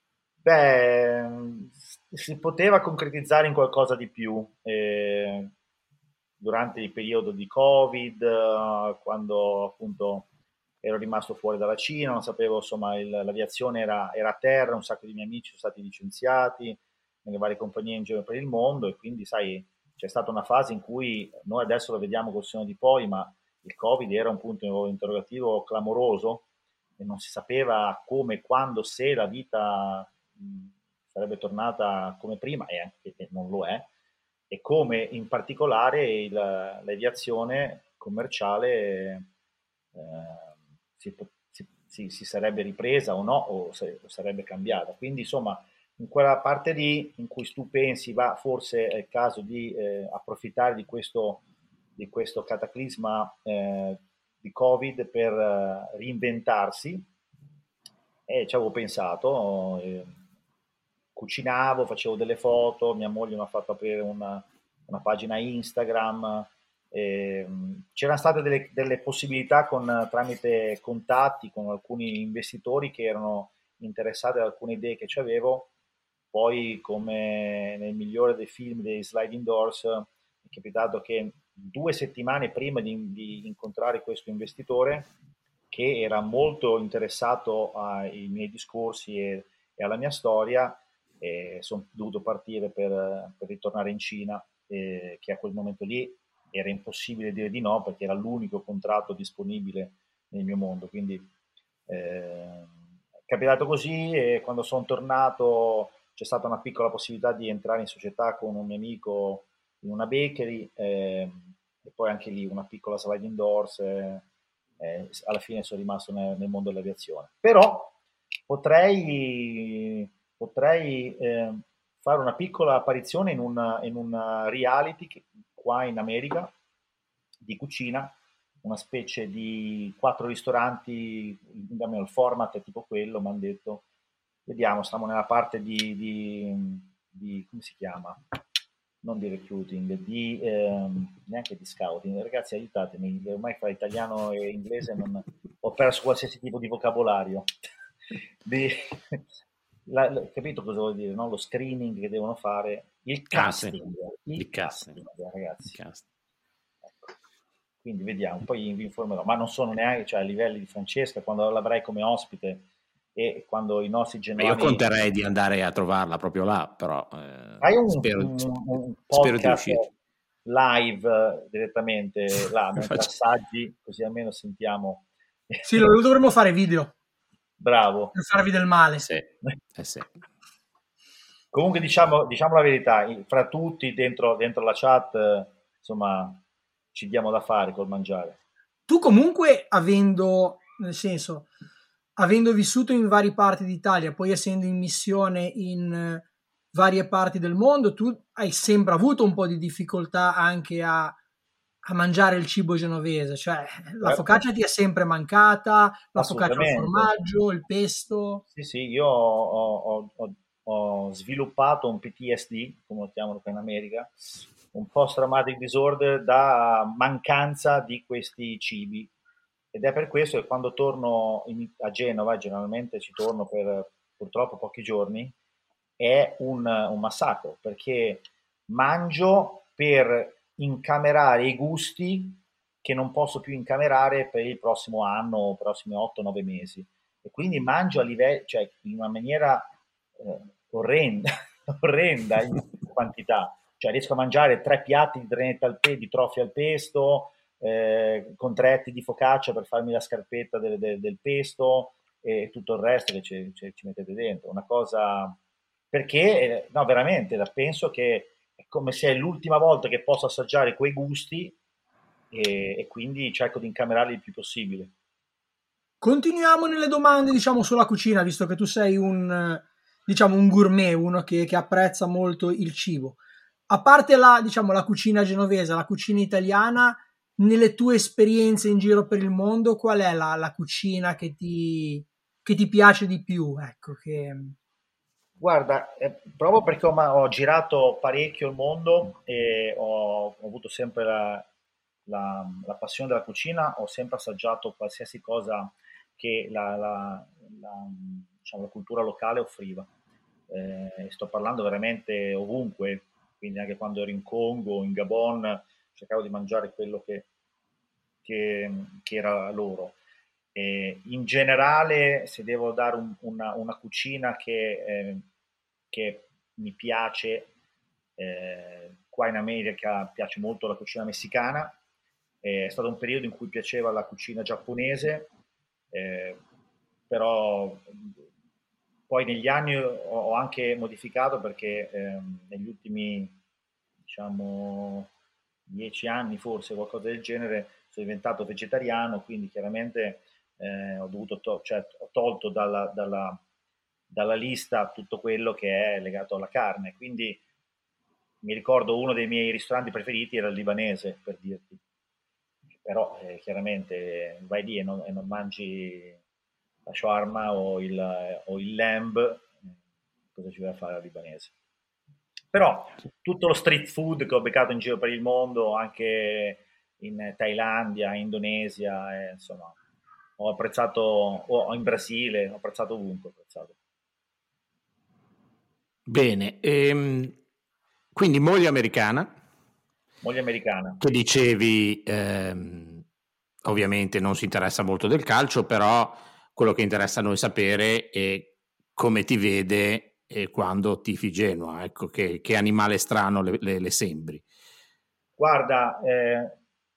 Beh, si poteva concretizzare in qualcosa di più eh, durante il periodo di Covid, quando appunto ero rimasto fuori dalla Cina, non sapevo, insomma, il, l'aviazione era, era a terra, un sacco di miei amici sono stati licenziati nelle varie compagnie in giro per il mondo, e quindi, sai, c'è stata una fase in cui noi adesso lo vediamo col senno di poi, ma il Covid era un punto interrogativo clamoroso e non si sapeva come, quando, se la vita mh, sarebbe tornata come prima, e anche e non lo è, e come in particolare il, l'aviazione commerciale eh, si, si, si, si sarebbe ripresa o no, o, se, o sarebbe cambiata. Quindi insomma, in quella parte lì in cui tu pensi va, forse è il caso di eh, approfittare di questo, di questo cataclisma eh, di Covid per eh, reinventarsi, e ci avevo pensato, eh, cucinavo, facevo delle foto, mia moglie mi ha fatto aprire una, una pagina Instagram, eh, c'erano state delle, delle possibilità con, tramite contatti con alcuni investitori che erano interessati ad alcune idee che avevo. Poi, come nel migliore dei film dei Sliding Doors, è capitato che due settimane prima di, di incontrare questo investitore, che era molto interessato ai miei discorsi e, e alla mia storia, e sono dovuto partire per, per ritornare in Cina, eh, che a quel momento lì era impossibile dire di no, perché era l'unico contratto disponibile nel mio mondo. Quindi eh, è capitato così, e quando sono tornato c'è stata una piccola possibilità di entrare in società con un mio amico in una bakery, eh, e poi anche lì una piccola sliding doors, eh, eh, alla fine sono rimasto nel, nel mondo dell'aviazione. Però potrei, potrei eh, fare una piccola apparizione in un in una reality che- qua in America di cucina, una specie di quattro ristoranti, almeno il format è tipo quello, mi hanno detto. Vediamo, stiamo nella parte di, di- di- come si chiama? Non di recruiting, di, ehm, neanche di scouting. Ragazzi, aiutatemi, ormai fra italiano e inglese non, ho perso qualsiasi tipo di vocabolario. Di- la- la- capito cosa vuol dire, no? Lo screening che devono fare, il
Ah, sì,
casting, il
di casting.
casting,
Di
ragazzi.
casting.
Ecco. Quindi vediamo, poi vi informerò, ma non sono neanche, cioè, a livelli di Francesca, quando l'avrai come ospite e quando i nostri
Ma io
genuani.
conterei di andare a trovarla proprio là, però eh,
Hai un,
spero,
un- un
spero di
podcast
riuscire.
live eh, direttamente là, mentre assaggi, così almeno sentiamo.
Sì, lo, lo dovremmo fare video
Bravo.
per farvi del male.
Sì, eh sì.
Comunque diciamo, diciamo la verità, i- fra tutti dentro, dentro la chat, eh, insomma, ci diamo da fare col mangiare.
Tu comunque avendo, nel senso, avendo vissuto in varie parti d'Italia, poi essendo in missione in eh, varie parti del mondo, tu hai sempre avuto un po' di difficoltà anche a, a mangiare il cibo genovese, cioè la
Certo,
focaccia ti è sempre mancata, la focaccia al
assolutamente.
formaggio, il pesto.
Sì, sì, io ho, ho- ho- ho sviluppato un P T S D, come lo chiamano qua in America, un post-traumatic disorder da mancanza di questi cibi. Ed è per questo che quando torno in- a Genova, generalmente ci torno per purtroppo pochi giorni, è un, un massacro, perché mangio per incamerare i gusti che non posso più incamerare per il prossimo anno o prossimi otto nove mesi e quindi mangio a livello, cioè in una maniera eh, orrenda, orrenda in quantità. Cioè riesco a mangiare tre piatti di trenetta al pe- di trofie al pesto, eh, con tre etti di focaccia per farmi la scarpetta del, del- del pesto e tutto il resto che ci, ci- ci mettete dentro. Una cosa perché, eh, no, veramente, la- penso che è come se è l'ultima volta che posso assaggiare quei gusti e, e quindi cerco di incamerarli il più possibile.
Continuiamo nelle domande, diciamo, sulla cucina, visto che tu sei un, eh, diciamo, un gourmet, uno che, che apprezza molto il cibo. A parte la, diciamo, la cucina genovese, la cucina italiana, nelle tue esperienze in giro per il mondo, qual è la, la cucina che ti, che ti piace di più? Ecco, che...
Guarda, eh, proprio perché ho, ma- ho girato parecchio il mondo e ho, ho avuto sempre la, la- la passione della cucina, ho sempre assaggiato qualsiasi cosa che la, la- la, diciamo, la cultura locale offriva. Eh, sto parlando veramente ovunque, quindi anche quando ero in Congo, in Gabon, cercavo di mangiare quello che, che- che era loro. E in generale, se devo dare un- una, una cucina che, eh, che mi piace, eh, qua in America piace molto la cucina messicana, eh, è stato un periodo in cui piaceva la cucina giapponese, eh, però poi negli anni ho, ho anche modificato perché ehm, negli ultimi, diciamo, dieci anni forse, qualcosa del genere, sono diventato vegetariano, quindi chiaramente eh, ho dovuto to- cioè, ho tolto dalla, dalla- dalla lista tutto quello che è legato alla carne. Quindi mi ricordo uno dei miei ristoranti preferiti era il libanese, per dirti. Però eh, chiaramente vai lì e non, e non mangi la shawarma o il, o il lamb, eh, cosa ci vai a fare al libanese? Però tutto lo street food che ho beccato in giro per il mondo, anche in Thailandia, Indonesia, eh, insomma, ho apprezzato, o in Brasile, ho apprezzato ovunque, ho apprezzato.
Bene, ehm, quindi moglie americana,
Moglie americana.
che dicevi, ehm, ovviamente non si interessa molto del calcio, però quello che interessa a noi sapere è come ti vede e quando tifi Genoa, ecco, che, che animale strano le, le- le sembri.
Guarda, eh,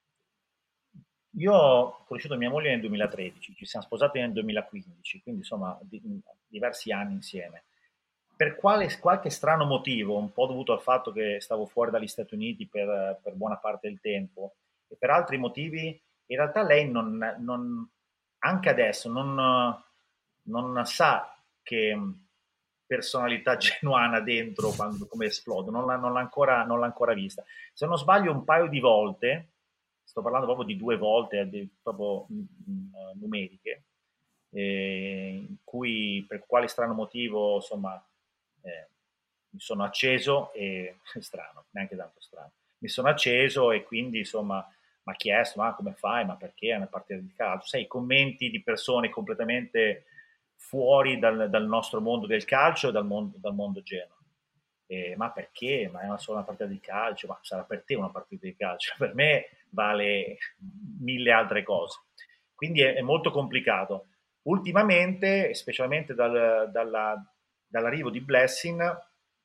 io ho conosciuto mia moglie nel duemilatredici, ci siamo sposati nel duemilaquindici, quindi insomma di- diversi anni insieme. Per quale, qualche strano motivo, un po' dovuto al fatto che stavo fuori dagli Stati Uniti per, per buona parte del tempo, e per altri motivi, in realtà lei non, non- anche adesso non, non sa qualche personalità genuana dentro quando, come esplode, non l'ha, non l'ha ancora, non l'ha ancora vista. Se non sbaglio un paio di volte, sto parlando proprio di due volte, di, proprio mh, numeriche, eh, in cui per quale strano motivo, insomma, eh, mi sono acceso e strano, neanche tanto strano, mi sono acceso e quindi insomma mi ha chiesto ma come fai, ma perché è una partita di calcio, sai, i commenti di persone completamente fuori dal, dal nostro mondo del calcio e dal mondo, dal mondo Genoa. Eh, ma perché? Ma è una sola partita di calcio? Ma sarà per te una partita di calcio? Per me vale mille altre cose. Quindi è, è molto complicato. Ultimamente, specialmente dal, dalla, dall'arrivo di Blessing,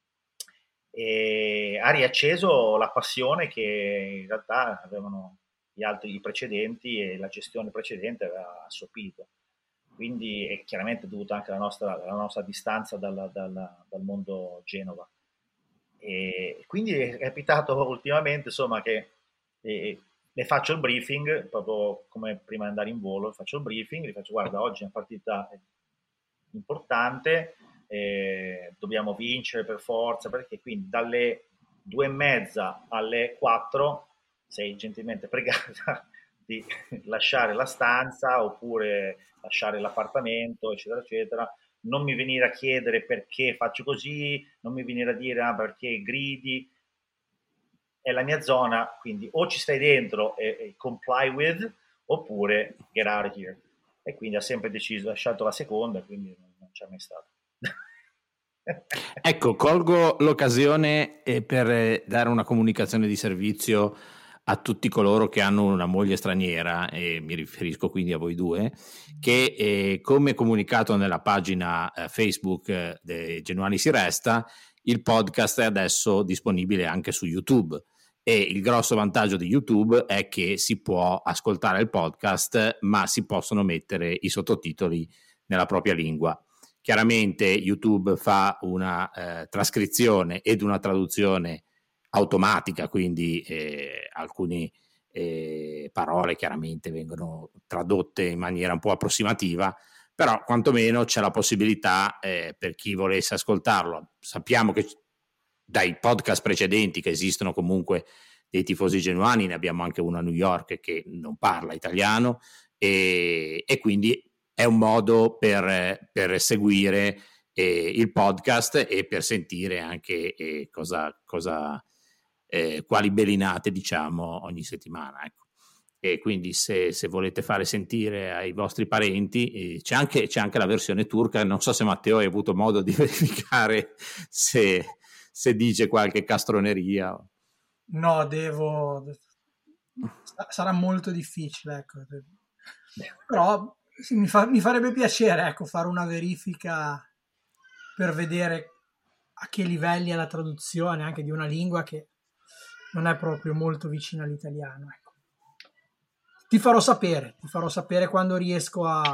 eh, ha riacceso la passione che in realtà avevano gli altri, i precedenti, e la gestione precedente aveva assopito. Quindi è chiaramente dovuto anche alla nostra, alla nostra distanza dal, dal, dal mondo Genova. E quindi è capitato ultimamente insomma che eh, le faccio il briefing, proprio come prima di andare in volo, faccio il briefing, gli faccio guarda oggi è una partita importante, eh, dobbiamo vincere per forza, perché quindi dalle due e mezza alle quattro sei gentilmente pregata di lasciare la stanza oppure lasciare l'appartamento, eccetera, eccetera. Non mi venire a chiedere perché faccio così, non mi venire a dire ah, perché gridi. È la mia zona, quindi o ci stai dentro e, e comply with, oppure get out of here. E quindi ha sempre deciso, ha scelto la seconda, quindi non c'è mai stato.
Ecco, colgo l'occasione eh, per dare una comunicazione di servizio a tutti coloro che hanno una moglie straniera, e mi riferisco quindi a voi due, che eh, come comunicato nella pagina eh, Facebook eh, dei Genuani si resta, il podcast è adesso disponibile anche su YouTube, e il grosso vantaggio di YouTube è che si può ascoltare il podcast ma si possono mettere i sottotitoli nella propria lingua. Chiaramente YouTube fa una eh, trascrizione ed una traduzione automatica, quindi eh, alcune eh, parole chiaramente vengono tradotte in maniera un po' approssimativa, però quantomeno c'è la possibilità eh, per chi volesse ascoltarlo. Sappiamo che dai podcast precedenti che esistono comunque dei tifosi genuani, ne abbiamo anche uno a New York che non parla italiano, e, e quindi è un modo per, per seguire eh, il podcast e per sentire anche eh, cosa, cosa eh, quali belinate diciamo ogni settimana, ecco. E quindi se, se volete fare sentire ai vostri parenti eh, c'è, anche, c'è anche la versione turca. Non so se Matteo hai avuto modo di verificare se, se dice qualche castroneria.
No, devo sarà molto difficile, ecco. Però sì, mi, fa, mi farebbe piacere, ecco, fare una verifica per vedere a che livelli è la traduzione anche di una lingua che non è proprio molto vicina all'italiano, ecco. Ti farò sapere, ti farò sapere quando riesco a,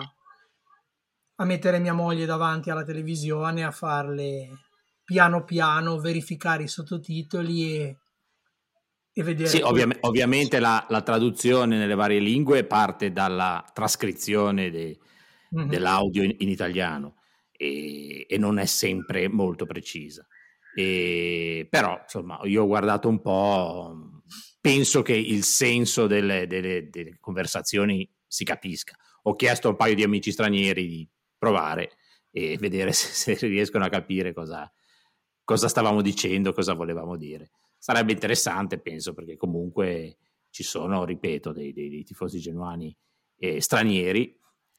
a mettere mia moglie davanti alla televisione, a farle piano piano verificare i sottotitoli e, e vedere.
Sì, ovvia- ovviamente la, la traduzione nelle varie lingue parte dalla trascrizione de, mm-hmm. dell'audio in, in italiano e, e non è sempre molto precisa. E, però, insomma, io ho guardato un po', penso che il senso delle, delle, delle conversazioni si capisca. Ho chiesto a un paio di amici stranieri di provare e vedere se, se riescono a capire cosa, cosa stavamo dicendo, cosa volevamo dire. Sarebbe interessante, penso, perché comunque ci sono, ripeto, dei, dei, dei tifosi genuani eh, stranieri,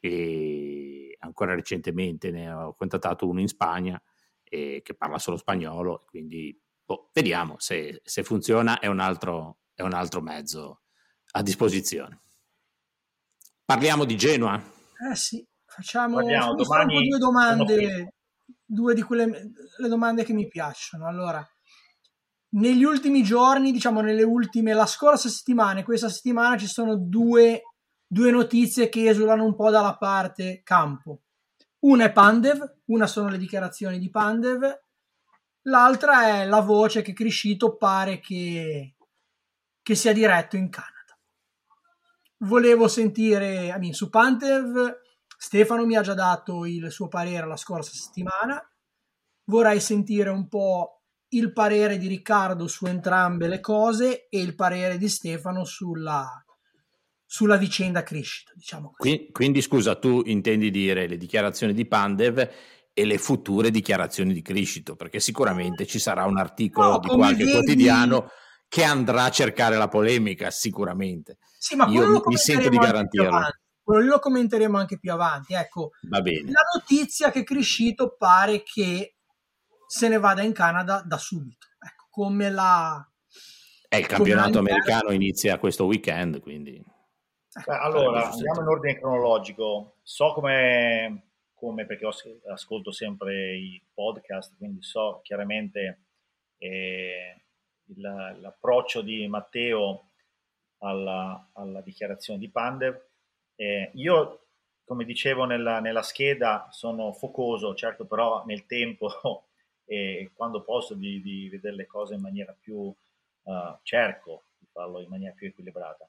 e ancora recentemente ne ho contattato uno in Spagna eh, che parla solo spagnolo, quindi boh, vediamo se, se funziona. È un altro, è un altro mezzo a disposizione. Parliamo di Genoa.
Eh sì, facciamo,
Guardiamo,
fammi fare un po' due domande, due di quelle le domande che mi piacciono. Allora, negli ultimi giorni, diciamo nelle ultime, la scorsa settimana e questa settimana ci sono due, due notizie che esulano un po' dalla parte campo. Una è Pandev, una sono le dichiarazioni di Pandev, l'altra è la voce che Criscito pare che, che sia diretto in Canada. Volevo sentire, I mean, su Pandev Stefano mi ha già dato il suo parere la scorsa settimana, vorrei sentire un po' il parere di Riccardo su entrambe le cose e il parere di Stefano sulla, sulla vicenda Criscito, diciamo così.
Quindi, quindi scusa, tu intendi dire le dichiarazioni di Pandev e le future dichiarazioni di Criscito, perché sicuramente ci sarà un articolo
No,
di
come
qualche
vedi...
quotidiano che andrà a cercare la polemica, sicuramente.
Sì, ma
Io
quello lo
mi sento di
commenteremo anche più
garantirlo.
avanti. Quello lì lo commenteremo anche più avanti. Ecco,
Va bene.
la notizia che Criscito pare che se ne vada in Canada da subito. Ecco, come la...
Eh, il campionato americano inizia questo weekend, quindi...
Beh, allora, andiamo in ordine cronologico. So come, come perché ho, ascolto sempre i podcast, quindi so chiaramente eh, il, l'approccio di Matteo alla, alla dichiarazione di Pandev. Eh, io, come dicevo nella, nella scheda, sono focoso, certo, però nel tempo e quando posso di, di vedere le cose in maniera più, uh, cerco di farlo in maniera più equilibrata.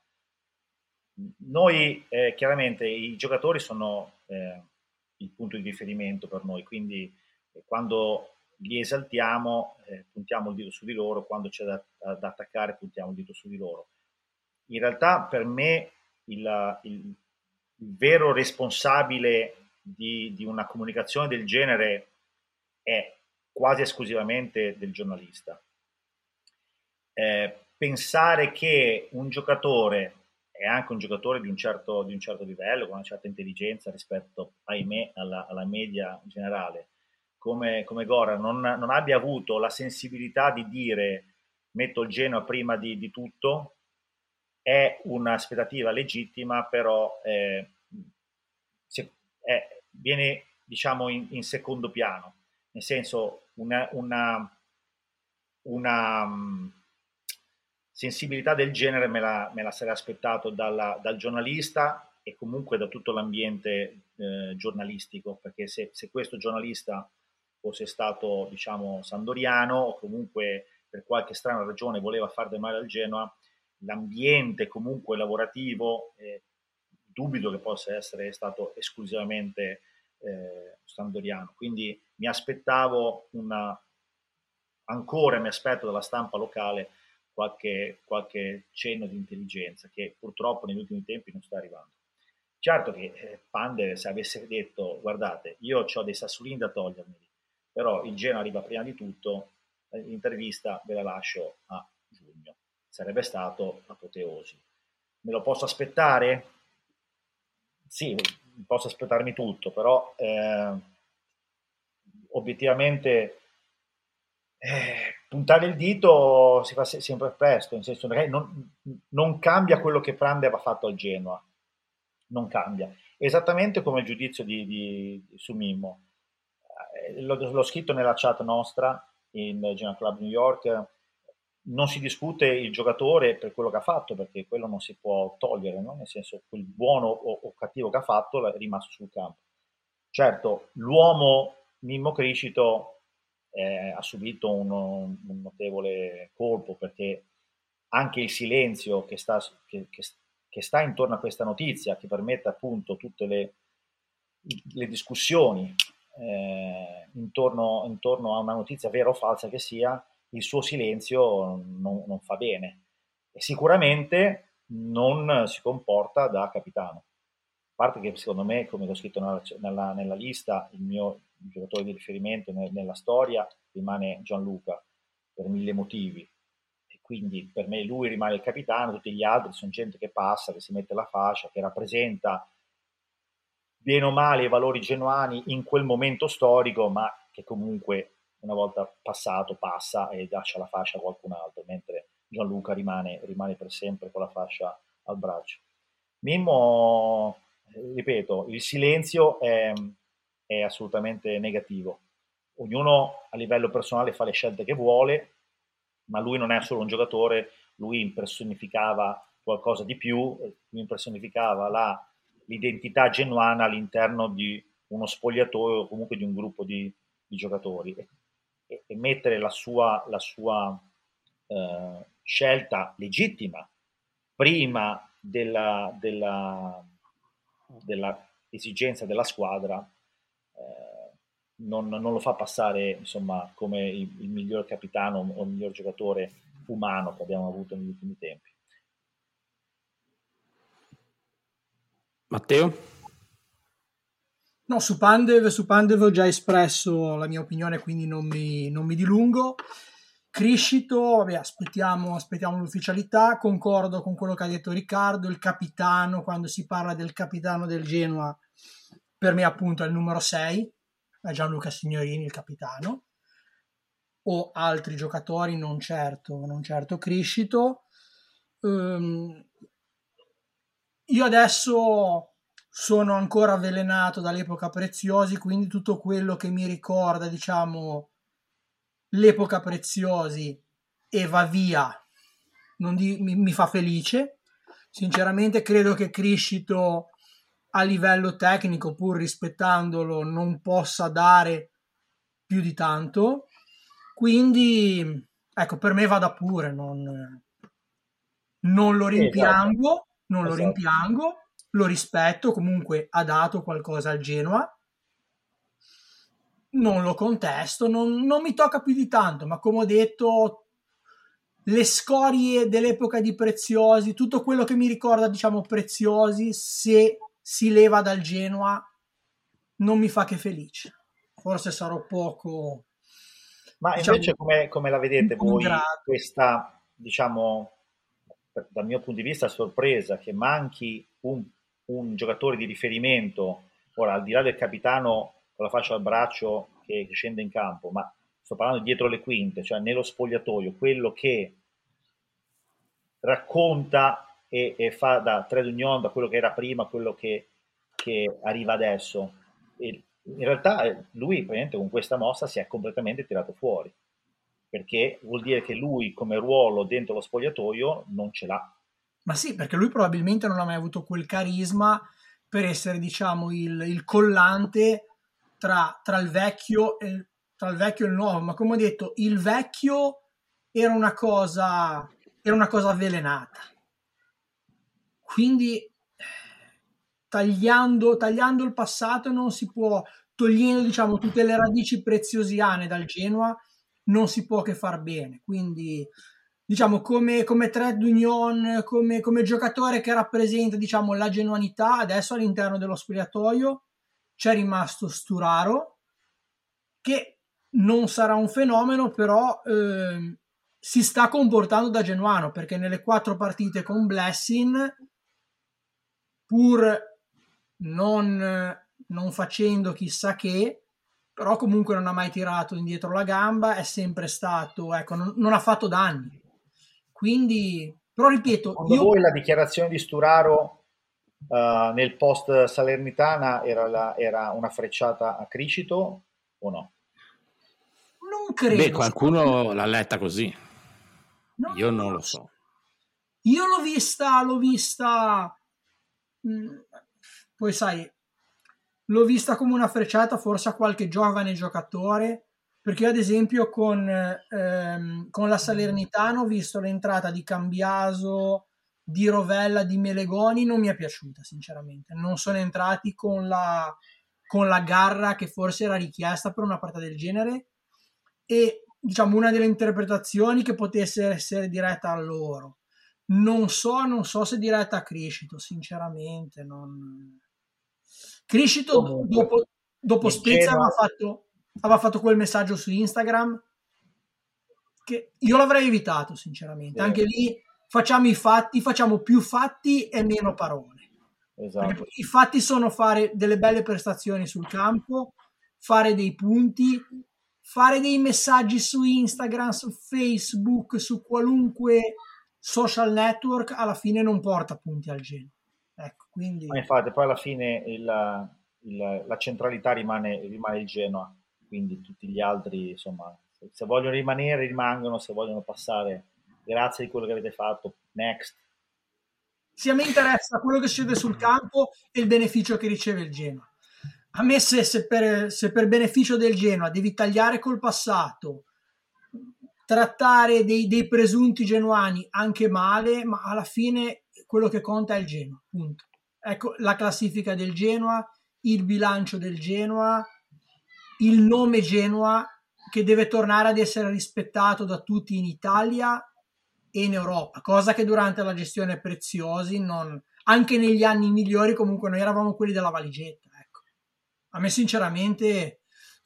Noi eh, chiaramente i giocatori sono eh, il punto di riferimento per noi, quindi eh, quando li esaltiamo eh, puntiamo il dito su di loro, quando c'è da, da attaccare puntiamo il dito su di loro. In realtà per me il, il, il vero responsabile di, di una comunicazione del genere è quasi esclusivamente del giornalista. Eh, pensare che un giocatore è anche un giocatore di un certo, di un certo livello, con una certa intelligenza rispetto, ahimè, alla, alla media generale, come, come Gora non, non abbia avuto la sensibilità di dire metto il Genoa prima di, di tutto, è un'aspettativa legittima, però eh, se, è, viene diciamo in, in secondo piano, nel senso una, una, una um, sensibilità del genere me la, me la sarei aspettato dalla, dal giornalista e comunque da tutto l'ambiente eh, giornalistico, perché se, se questo giornalista fosse stato diciamo sandoriano o comunque per qualche strana ragione voleva far del male al Genoa, l'ambiente comunque lavorativo eh, dubito che possa essere stato esclusivamente eh, sandoriano, quindi mi aspettavo una ancora mi aspetto dalla stampa locale qualche, qualche cenno di intelligenza che purtroppo negli ultimi tempi non sta arrivando. Certo che eh, Pandev se avesse detto guardate io ho dei sassolini da togliermi, però il Genoa arriva prima di tutto, l'intervista ve la lascio a giugno, sarebbe stato apoteosi. Me lo posso aspettare? Sì, posso aspettarmi tutto, però eh, obiettivamente eh, puntare il dito si fa se- sempre presto, nel senso che non, non cambia quello che Prande aveva fatto al Genoa, non cambia. Esattamente come il giudizio di, di, su Mimmo. Eh, l'ho, l'ho scritto nella chat nostra in Genoa Club New York, non si discute il giocatore per quello che ha fatto, perché quello non si può togliere, no? Nel senso quel buono o, o cattivo che ha fatto è rimasto sul campo. Certo, l'uomo Mimmo Criscito eh, ha subito un, un notevole colpo, perché anche il silenzio che sta, che, che, che sta intorno a questa notizia, che permette appunto tutte le, le discussioni eh, intorno, intorno a una notizia vera o falsa che sia, il suo silenzio non, non fa bene e sicuramente non si comporta da capitano. A parte che secondo me, come l'ho scritto nella, nella, nella lista, il mio giocatore di riferimento nel, nella storia rimane Gianluca per mille motivi e quindi per me lui rimane il capitano, tutti gli altri sono gente che passa, che si mette la fascia, che rappresenta bene o male i valori genuani in quel momento storico, ma che comunque una volta passato passa e lascia la fascia a qualcun altro, mentre Gianluca rimane, rimane per sempre con la fascia al braccio. Mimmo, ripeto, il silenzio è, è assolutamente negativo. Ognuno a livello personale fa le scelte che vuole, ma lui non è solo un giocatore, lui impersonificava qualcosa di più, lui impersonificava la, l'identità genuana all'interno di uno spogliatoio o comunque di un gruppo di, di giocatori e, e mettere la sua, la sua eh, scelta legittima prima della, della, della esigenza della squadra eh, non, non lo fa passare insomma come il, il miglior capitano o il miglior giocatore umano che abbiamo avuto negli ultimi tempi.
Matteo?
No, su Pandev, su Pandev ho già espresso la mia opinione, quindi non mi, non mi dilungo. Criscito, vabbè, aspettiamo, aspettiamo l'ufficialità. Concordo con quello che ha detto Riccardo. Il capitano, quando si parla del capitano del Genoa, per me appunto è il numero sei, è Gianluca Signorini il capitano, o altri giocatori, non certo, non certo Criscito. Um, io adesso sono ancora avvelenato dall'epoca Preziosi, quindi tutto quello che mi ricorda, diciamo, l'epoca Preziosi e va via non di, mi, mi fa felice. Sinceramente credo che Criscito a livello tecnico, pur rispettandolo, non possa dare più di tanto, quindi ecco, per me vada pure, non, non lo rimpiango, esatto. non lo esatto. rimpiango, lo rispetto, comunque ha dato qualcosa al Genoa, non lo contesto, non, non mi tocca più di tanto, ma come ho detto, le scorie dell'epoca di Preziosi, tutto quello che mi ricorda, diciamo, Preziosi, se si leva dal Genoa, non mi fa che felice. Forse sarò poco...
Ma diciamo, invece come, come la vedete voi grato. Questa, diciamo, dal mio punto di vista, sorpresa che manchi un, un giocatore di riferimento, ora al di là del capitano con la fascia al braccio che, che scende in campo, ma sto parlando dietro le quinte, cioè nello spogliatoio, quello che racconta e, e fa da trade union, da quello che era prima a quello che, che arriva adesso. E in realtà lui praticamente con questa mossa si è completamente tirato fuori, perché vuol dire che lui come ruolo dentro lo spogliatoio non ce l'ha.
Ma sì, perché lui probabilmente non ha mai avuto quel carisma per essere, diciamo, il, il collante tra, tra, il vecchio e, tra il vecchio e il nuovo. Ma come ho detto, il vecchio era una cosa, era una cosa avvelenata. Quindi tagliando, tagliando il passato non si può, togliendo, diciamo, tutte le radici preziosiane dal Genoa, non si può che far bene. Quindi, diciamo, come, come trade union, come, come giocatore che rappresenta, diciamo, la genuanità, adesso all'interno dello spogliatoio c'è rimasto Sturaro, che non sarà un fenomeno, però eh, si sta comportando da genuano, perché nelle quattro partite con Blessing, pur non, non facendo chissà che, però comunque non ha mai tirato indietro la gamba, è sempre stato, ecco, non, non ha fatto danni. Quindi, però ripeto...
Secondo io... voi la dichiarazione di Sturaro uh, nel post Salernitana era, la, era una frecciata a Criscito o no?
Non credo.
Beh, qualcuno l'ha letta così. No, io non lo so.
Io l'ho vista, l'ho vista... Mh, poi sai, l'ho vista come una frecciata forse a qualche giovane giocatore, perché io ad esempio con, ehm, con la Salernitana ho visto l'entrata di Cambiaso, di Rovella, di Melegoni, non mi è piaciuta sinceramente, non sono entrati con la, con la garra che forse era richiesta per una partita del genere, e diciamo una delle interpretazioni che potesse essere diretta a loro. Non so, non so se diretta a Criscito, sinceramente. Non... Criscito Comunque, dopo, dopo Spezia aveva fatto, aveva fatto quel messaggio su Instagram che io l'avrei evitato, sinceramente. Yeah. Anche lì facciamo i fatti, facciamo più fatti e meno parole.
Esatto.
I fatti sono fare delle belle prestazioni sul campo, fare dei punti, fare dei messaggi su Instagram, su Facebook, su qualunque social network, alla fine non porta punti al Genoa. Ecco, quindi...
Ma infatti poi alla fine il, il, la centralità rimane, rimane il Genoa, quindi tutti gli altri, insomma, se, se vogliono rimanere rimangono, se vogliono passare, grazie di quello che avete fatto, next.
Sì, a me interessa quello che succede sul campo e il beneficio che riceve il Genoa. A me se, se, per, se per beneficio del Genoa devi tagliare col passato, trattare dei, dei presunti genuani anche male, ma alla fine quello che conta è il Genoa, punto. Ecco la classifica del Genoa, il bilancio del Genoa, il nome Genoa, che deve tornare ad essere rispettato da tutti in Italia e in Europa, cosa che durante la gestione Preziosi non, anche negli anni migliori comunque noi eravamo quelli della valigetta, ecco. A me sinceramente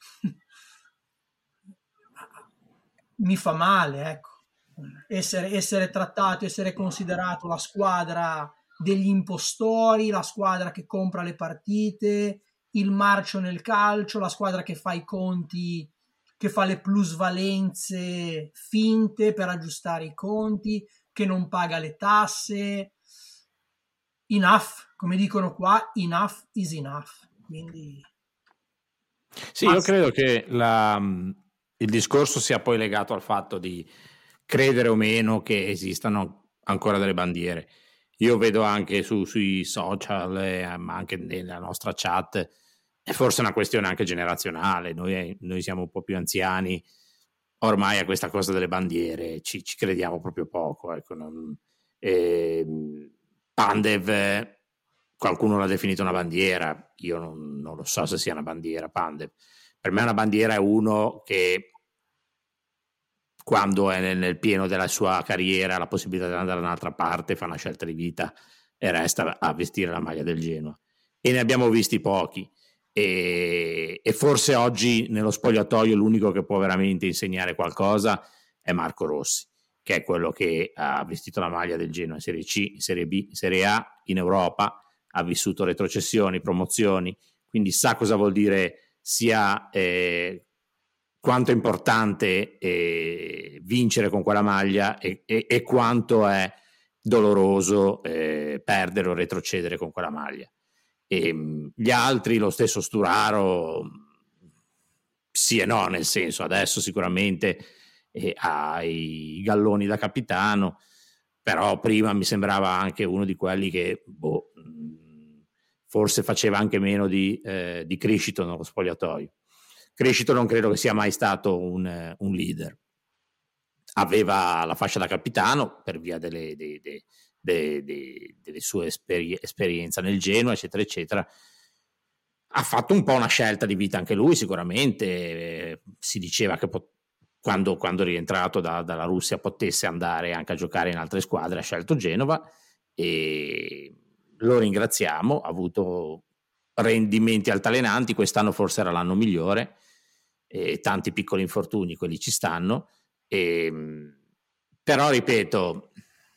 mi fa male, ecco, essere, essere trattato, essere considerato la squadra degli impostori, la squadra che compra le partite, il marcio nel calcio, la squadra che fa i conti, che fa le plusvalenze finte per aggiustare i conti, che non paga le tasse. Enough, come dicono qua, enough is enough. Quindi
sì, io credo che la, il discorso sia poi legato al fatto di credere o meno che esistano ancora delle bandiere. Io vedo anche su, sui social, eh, ma anche nella nostra chat, è forse una questione anche generazionale. Noi, noi siamo un po' più anziani, ormai a questa cosa delle bandiere ci, ci crediamo proprio poco. Ecco, non, eh, Pandev, qualcuno l'ha definito una bandiera, io non, non lo so se sia una bandiera Pandev. Per me una bandiera è uno che quando è nel, nel pieno della sua carriera, la possibilità di andare da un'altra parte, fa una scelta di vita e resta a vestire la maglia del Genoa. E ne abbiamo visti pochi. E, e forse oggi nello spogliatoio l'unico che può veramente insegnare qualcosa è Marco Rossi, che è quello che ha vestito la maglia del Genoa in Serie C, in Serie B, in Serie A, in Europa, ha vissuto retrocessioni, promozioni, quindi sa cosa vuol dire sia eh, quanto è importante eh, vincere con quella maglia e, e, e quanto è doloroso eh, perdere o retrocedere con quella maglia. E gli altri, lo stesso Sturaro, sì e no, nel senso, adesso sicuramente eh, ha i galloni da capitano, però prima mi sembrava anche uno di quelli che boh, forse faceva anche meno di, eh, di Criscito nello spogliatoio. Criscito non credo che sia mai stato un, un leader, aveva la fascia da capitano per via delle, dei, dei, dei, dei, delle sue esperi- esperienze nel Genoa, eccetera eccetera. Ha fatto un po' una scelta di vita anche lui, sicuramente eh, si diceva che pot- quando, quando è rientrato da, dalla Russia potesse andare anche a giocare in altre squadre, ha scelto Genova e lo ringraziamo, ha avuto rendimenti altalenanti, quest'anno forse era l'anno migliore, e tanti piccoli infortuni, quelli ci stanno, e, però ripeto,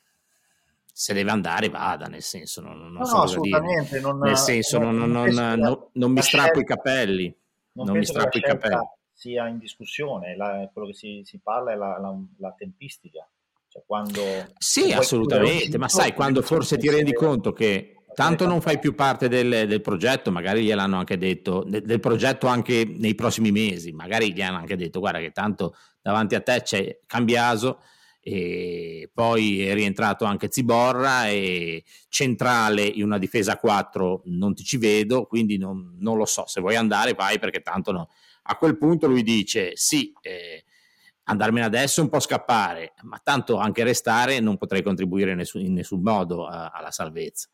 se deve andare vada, nel senso non, non
No,
so
no,
cosa dire,
assolutamente. Non,
nel senso non, non, non,
penso che
non, non mi
la
strappo i
scelta-
capelli,
non
non mi
penso che la
strappo i capelli.
scelta sia in discussione, la- quello che si, si parla è la, la- la tempistica. Cioè, quando
Sì,
vuoi chiudere un
assolutamente, ma
ciclo,
sai, quando
devi
forse ti rendi
essere
conto che tanto non fai più parte del, del progetto, magari gliel'hanno anche detto, de- del progetto anche nei prossimi mesi, magari gli hanno anche detto guarda che tanto davanti a te c'è Cambiaso e poi è rientrato anche Ziborra e centrale in una difesa a quattro non ti ci vedo, quindi non, non lo so, se vuoi andare vai perché tanto no. A quel punto lui dice sì, eh, andarmene adesso è un po' scappare, ma tanto anche restare non potrei contribuire in nessun, in nessun modo a, alla salvezza.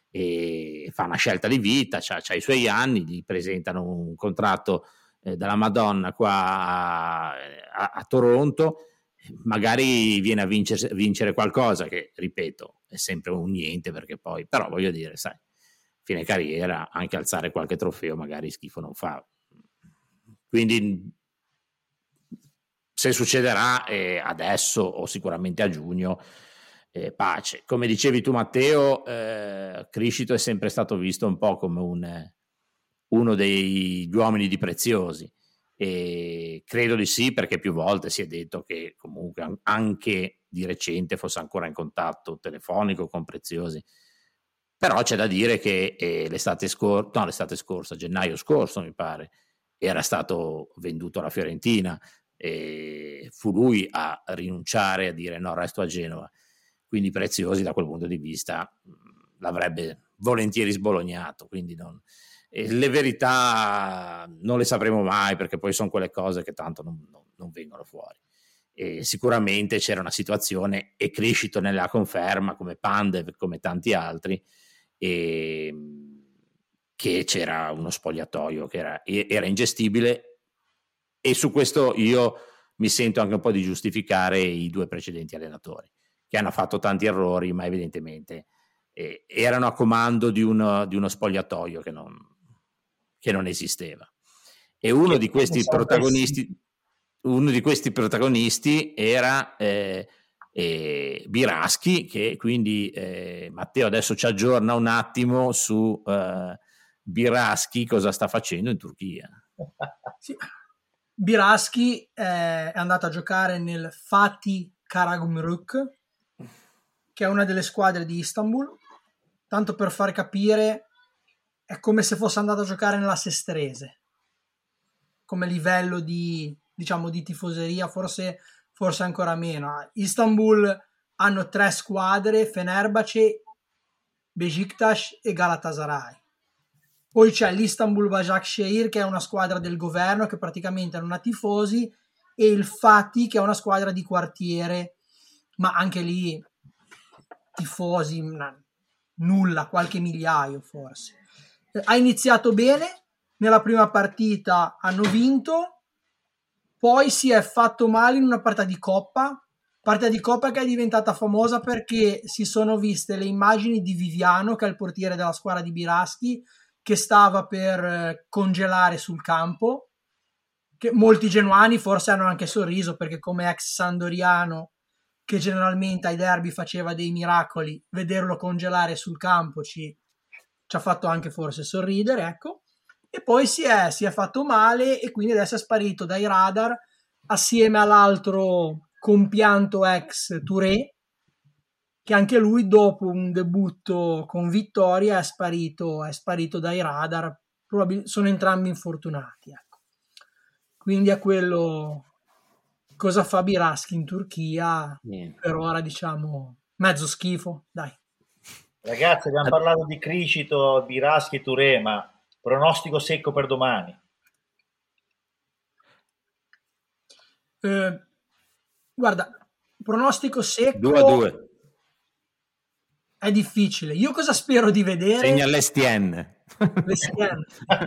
E fa una scelta di vita, c'ha, c'ha i suoi anni, gli presentano un contratto eh, della Madonna qua a, a, a Toronto, magari viene a vincere, vincere qualcosa che, ripeto, è sempre un niente, perché poi, però voglio dire, sai, fine carriera, anche alzare qualche trofeo magari schifo non fa. Quindi se succederà eh, adesso o sicuramente a giugno, eh, pace. Come dicevi tu Matteo, eh, Criscito è sempre stato visto un po' come un, uno degli uomini di Preziosi e credo di sì, perché più volte si è detto che comunque anche di recente fosse ancora in contatto telefonico con Preziosi. Però c'è da dire che eh, l'estate scorsa, no, l'estate scorsa, gennaio scorso mi pare, era stato venduto alla Fiorentina e fu lui a rinunciare, a dire no, resto a Genova. Quindi Preziosi da quel punto di vista mh, l'avrebbe volentieri sbolognato. Quindi non, eh, le verità non le sapremo mai, perché poi sono quelle cose che tanto non, non, non vengono fuori. E sicuramente c'era una situazione, e Criscito nella conferma, come Pandev, come tanti altri, e che c'era uno spogliatoio che era, era ingestibile, e su questo io mi sento anche un po' di giustificare i due precedenti allenatori, che hanno fatto tanti errori, ma evidentemente eh, erano a comando di uno, di uno spogliatoio che non, che non esisteva. E uno che di questi protagonisti, uno di questi protagonisti era eh, eh, Biraschi, che quindi eh, Matteo adesso ci aggiorna un attimo su eh, Biraschi, cosa sta facendo in Turchia.
Sì. Biraschi è andato a giocare nel Fatih Karagümrük, che è una delle squadre di Istanbul. Tanto per far capire, è come se fosse andato a giocare nella Sesterese, come livello di, diciamo, di tifoseria, forse, forse ancora meno. Istanbul hanno tre squadre: Fenerbahce, Beşiktaş e Galatasaray. Poi c'è l'Istanbul Başakşehir, che è una squadra del governo, che praticamente non ha tifosi, e il Fatih, che è una squadra di quartiere, ma anche lì tifosi nulla, qualche migliaio forse. Ha iniziato bene, nella prima partita hanno vinto, poi si è fatto male in una partita di Coppa, partita di Coppa che è diventata famosa perché si sono viste le immagini di Viviano, che è il portiere della squadra di Biraschi, che stava per congelare sul campo, che molti genuani forse hanno anche sorriso, perché come ex sandoriano, che generalmente ai derby faceva dei miracoli, vederlo congelare sul campo ci, ci ha fatto anche forse sorridere, ecco. E poi si è, si è fatto male, e quindi adesso è sparito dai radar assieme all'altro compianto ex Touré, che anche lui dopo un debutto con vittoria è sparito, è sparito dai radar. Probabil- sono entrambi infortunati, ecco. Quindi è quello, cosa fa Biraschi in Turchia. Niente. Per ora diciamo mezzo schifo, dai.
Ragazzi, abbiamo parlato di Criscito, Biraschi e Touré, ma pronostico secco per domani?
Eh, guarda, pronostico secco
due a due.
È difficile. Io cosa spero di vedere?
Segna l'Estienne.
L'Estienne.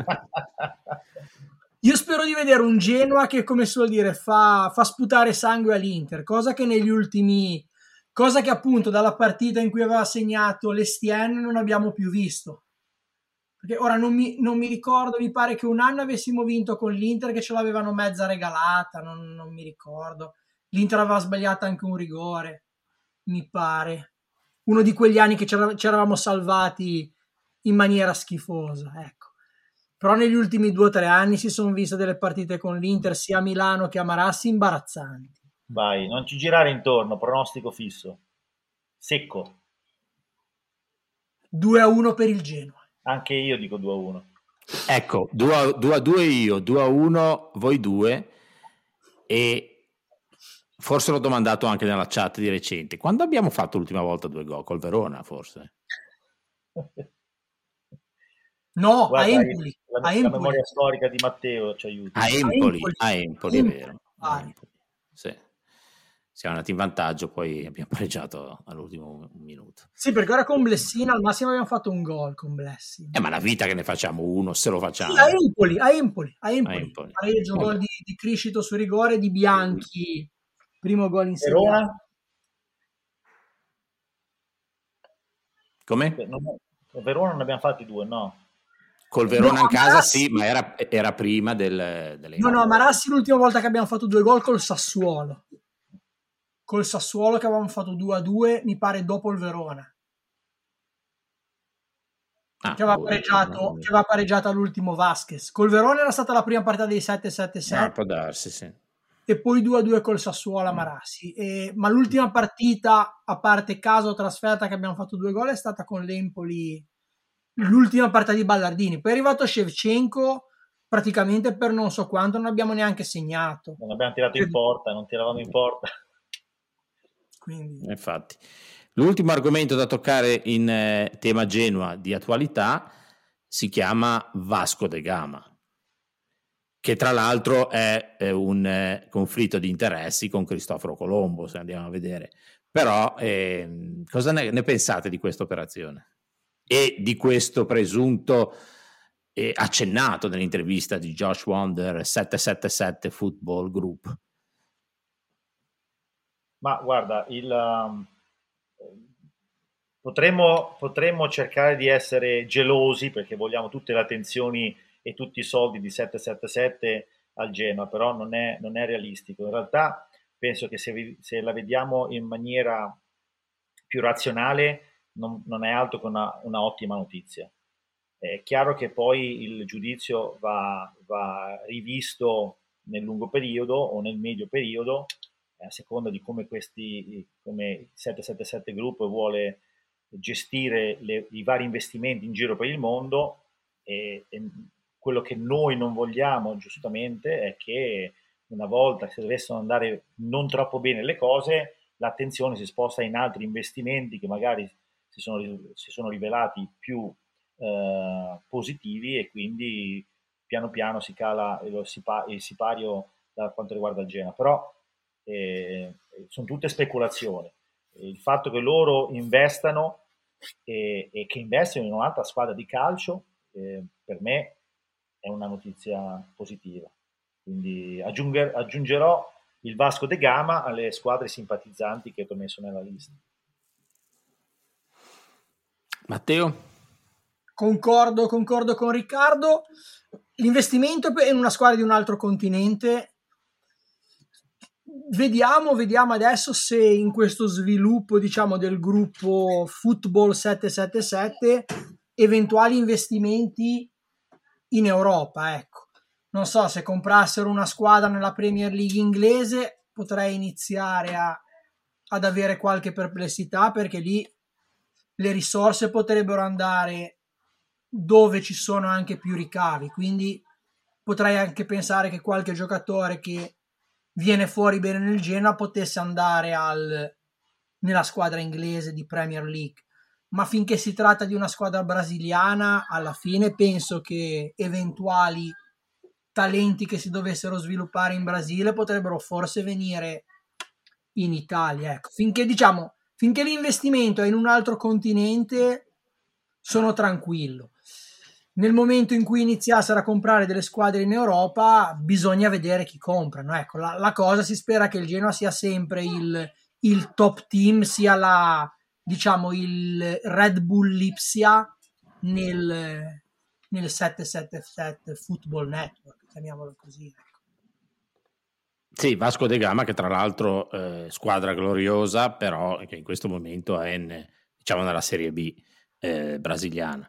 Io spero di vedere un Genoa che, come si suol dire, fa, fa sputare sangue all'Inter, cosa che negli ultimi, cosa che appunto dalla partita in cui aveva segnato l'Estienne non abbiamo più visto. Perché ora non mi, non mi ricordo, mi pare che un anno avessimo vinto con l'Inter che ce l'avevano mezza regalata, non, non mi ricordo. L'Inter aveva sbagliato anche un rigore, mi pare. Uno di quegli anni che ci eravamo salvati in maniera schifosa, ecco. Però negli ultimi due o tre anni si sono viste delle partite con l'Inter sia a Milano che a Marassi imbarazzanti.
Vai, non ci girare intorno, pronostico fisso. Secco.
due a uno per il Genoa.
Anche io dico due a uno.
Ecco, due a due io, due a uno voi due, e forse l'ho domandato anche nella chat di recente. Quando abbiamo fatto l'ultima volta due gol? Col Verona, forse?
No,
Guarda,
a Empoli.
La,
a
la
Empoli.
memoria storica di Matteo ci aiuta.
A Empoli, a Empoli, è vero. A Empoli. Sì. Siamo andati in vantaggio, poi abbiamo pareggiato all'ultimo minuto.
Sì, perché ora con Blessina al massimo abbiamo fatto un gol con Blessina.
Eh, ma la vita che ne facciamo uno, se lo facciamo.
Sì, a Empoli, a Empoli, a Empoli.
A Empoli.
Pareggio, gol di, di Criscito su rigore, di Bianchi, primo gol in Serie A.
Verona?
Come?
Non, Verona non abbiamo fatti due, no?
Col Verona
no,
in casa
Marassi,
sì, ma era, era prima del... Delle...
No, no, Marassi l'ultima volta che abbiamo fatto due gol col Sassuolo. Col Sassuolo che avevamo fatto due a due, mi pare dopo il Verona. Ah, che, aveva boh, pareggiato, no, no. che aveva pareggiato all'ultimo Vasquez. Col Verona era stata la prima partita dei sette sette sette.
Ah, può darsi, sì.
E poi due a due col Sassuolo a Marassi. E, ma l'ultima partita, a parte caso trasferta, che abbiamo fatto due gol è stata con l'Empoli, l'ultima partita di Ballardini. Poi è arrivato Shevchenko, praticamente per non so quanto non abbiamo neanche segnato.
Non abbiamo tirato in porta, non tiravamo in porta.
Quindi...
Infatti. L'ultimo argomento da toccare in eh, tema Genoa di attualità si chiama Vasco da Gama, che tra l'altro è, è un eh, conflitto di interessi con Cristoforo Colombo, se andiamo a vedere. Però eh, cosa ne, ne pensate di questa operazione? E di questo presunto eh, accennato nell'intervista di Josh Wonder sette sette sette Football Group.
Ma guarda, il, um, potremmo, potremmo cercare di essere gelosi perché vogliamo tutte le attenzioni e tutti i soldi di sette sette sette al Genoa, però non è, non è realistico. In realtà penso che se, se la vediamo in maniera più razionale non, non è altro che una, una ottima notizia. È chiaro che poi il giudizio va, va rivisto nel lungo periodo o nel medio periodo, a seconda di come questi come sette sette sette Group vuole gestire le, i vari investimenti in giro per il mondo, e, e quello che noi non vogliamo giustamente è che una volta che dovessero andare non troppo bene le cose, l'attenzione si sposta in altri investimenti che magari si sono, si sono rivelati più eh, positivi, e quindi piano piano si cala il, il sipario da quanto riguarda il Genoa. Però eh, sono tutte speculazioni. Il fatto che loro investano e, e che investono in un'altra squadra di calcio, eh, per me è una notizia positiva. Quindi aggiunger, aggiungerò il Vasco da Gama alle squadre simpatizzanti che ho messo nella lista.
Matteo?
Concordo, concordo con Riccardo. L'investimento in una squadra di un altro continente, vediamo, vediamo adesso se in questo sviluppo, diciamo, del gruppo Football sette sette sette eventuali investimenti in Europa, ecco. Non so, se comprassero una squadra nella Premier League inglese potrei iniziare a, ad avere qualche perplessità, perché lì le risorse potrebbero andare dove ci sono anche più ricavi, quindi potrei anche pensare che qualche giocatore che viene fuori bene nel Genoa potesse andare al, nella squadra inglese di Premier League. Ma finché si tratta di una squadra brasiliana, alla fine penso che eventuali talenti che si dovessero sviluppare in Brasile potrebbero forse venire in Italia. Ecco, finché diciamo, finché l'investimento è in un altro continente, sono tranquillo. Nel momento in cui iniziassero a comprare delle squadre in Europa, bisogna vedere chi comprano. Ecco, la, la cosa, si spera che il Genoa sia sempre il, il top team, sia la, diciamo, il Red Bull Lipsia nel, nel sette sette sette Football Network, chiamiamolo così. Ecco.
Sì, Vasco da Gama, che tra l'altro eh, squadra gloriosa, però che in questo momento è in, diciamo, nella Serie B eh, brasiliana.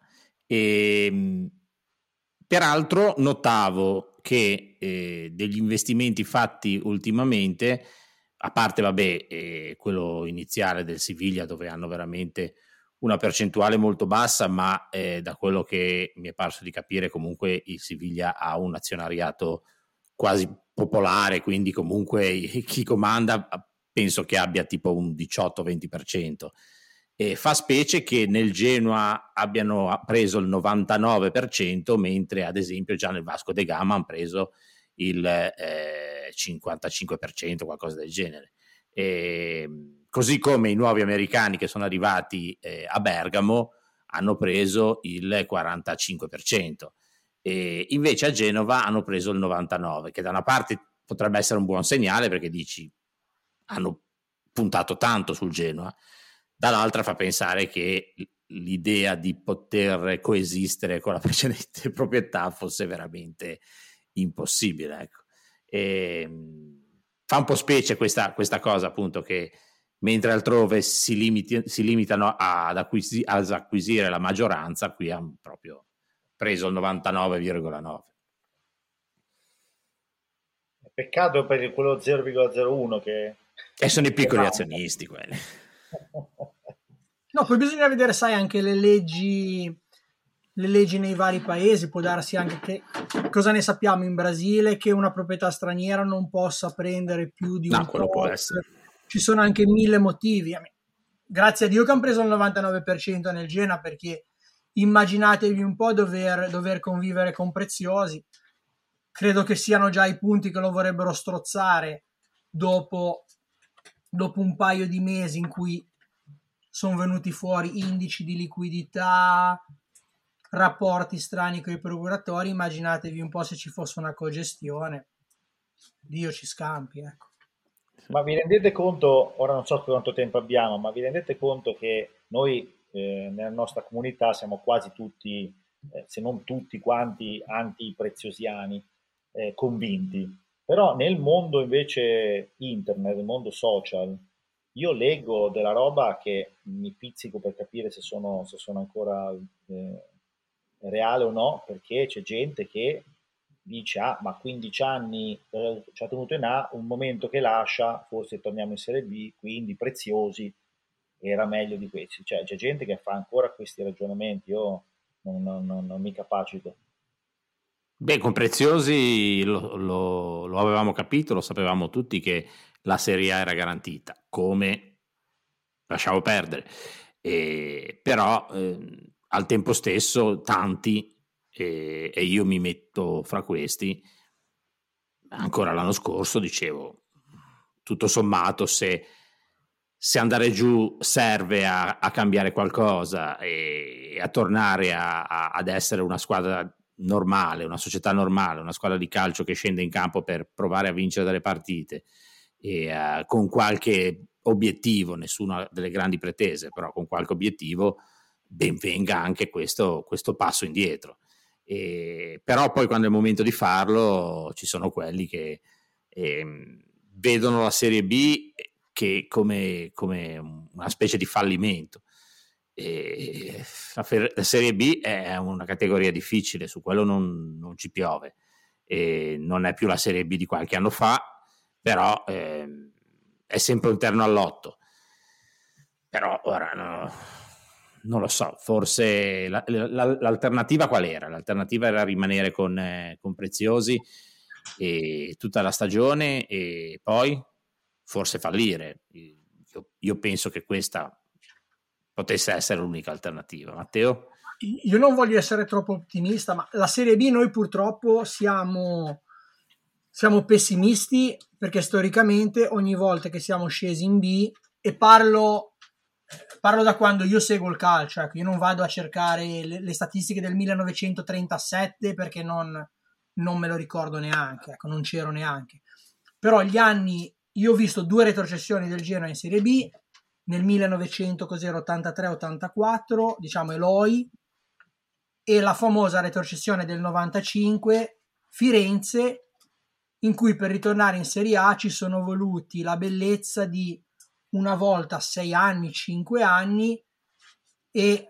E peraltro notavo che eh, degli investimenti fatti ultimamente, a parte vabbè eh, quello iniziale del Siviglia, dove hanno veramente una percentuale molto bassa, ma eh, da quello che mi è parso di capire comunque il Siviglia ha un azionariato quasi popolare, quindi comunque chi comanda penso che abbia tipo un diciotto venti per cento. E fa specie che nel Genoa abbiano preso il novantanove per cento, mentre ad esempio già nel Vasco da Gama hanno preso il eh, cinquantacinque per cento, qualcosa del genere. E, così come i nuovi americani che sono arrivati eh, a Bergamo hanno preso il quarantacinque per cento. E invece a Genova hanno preso il novantanove per cento, che da una parte potrebbe essere un buon segnale perché dici hanno puntato tanto sul Genoa, dall'altra fa pensare che l'idea di poter coesistere con la precedente proprietà fosse veramente impossibile, ecco. E fa un po' specie questa, questa cosa, appunto, che mentre altrove si, limiti, si limitano ad, acquisi, ad acquisire la maggioranza, qui hanno proprio preso il novantanove virgola nove.
Peccato per quello zero virgola zero uno che...
E sono i piccoli azionisti quelli.
No, poi bisogna vedere, sai, anche le leggi, le leggi nei vari paesi. Può darsi anche che, cosa ne sappiamo in Brasile, che una proprietà straniera non possa prendere più di un
no, quello
tot.
può essere.
Ci sono anche mille motivi. Grazie a Dio che hanno preso il novantanove per cento nel Genoa, perché immaginatevi un po' dover, dover convivere con Preziosi. Credo che siano già i punti che lo vorrebbero strozzare dopo, dopo un paio di mesi in cui sono venuti fuori indici di liquidità rapporti strani con i procuratori, immaginatevi un po' se ci fosse una cogestione. Dio ci scampi, ecco.
Ma vi rendete conto, ora non so quanto tempo abbiamo, ma vi rendete conto che noi eh, nella nostra comunità siamo quasi tutti, eh, se non tutti quanti, anti-preziosiani, eh, convinti. Però nel mondo invece internet, nel mondo social, io leggo della roba che mi pizzico per capire se sono, se sono ancora eh, reale o no, perché c'è gente che dice ah ma quindici anni eh, ci ha tenuto in A, un momento che lascia, forse torniamo in Serie B, quindi Preziosi era meglio di questi. Cioè c'è gente che fa ancora questi ragionamenti, io non, non, non, non mi capacito.
Beh, con Preziosi lo, lo, lo avevamo capito, lo sapevamo tutti che la Serie A era garantita, come lasciamo perdere. E, però eh, al tempo stesso tanti, e, e io mi metto fra questi, ancora l'anno scorso dicevo, tutto sommato, se, se andare giù serve a, a cambiare qualcosa e a tornare a, a, ad essere una squadra normale, una società normale, una squadra di calcio che scende in campo per provare a vincere delle partite e uh, con qualche obiettivo, nessuna delle grandi pretese, però con qualche obiettivo, ben venga anche questo, questo passo indietro. E, però poi quando è il momento di farlo ci sono quelli che eh, vedono la Serie B che come, come una specie di fallimento. E la, fer- la Serie B è una categoria difficile, su quello non, non ci piove, e non è più la Serie B di qualche anno fa, però eh, è sempre un terno all'otto. Però ora no, non lo so, forse la, la, l'alternativa qual era? L'alternativa era rimanere con, eh, con Preziosi e tutta la stagione e poi forse fallire. Io, io penso che questa potesse essere l'unica alternativa. Matteo?
Io non voglio essere troppo ottimista, ma la Serie B noi purtroppo siamo, siamo pessimisti perché storicamente ogni volta che siamo scesi in B, e parlo, parlo da quando io seguo il calcio, ecco, io non vado a cercare le, le statistiche del millenovecentotrentasette perché non, non me lo ricordo neanche, ecco, non c'ero neanche. Però gli anni, io ho visto due retrocessioni del Genoa in Serie B, nel millenovecento ottantatré ottantaquattro, diciamo Eloi, e la famosa retrocessione del novantacinque, Firenze, in cui per ritornare in Serie A ci sono voluti la bellezza di una volta sei anni, cinque anni, e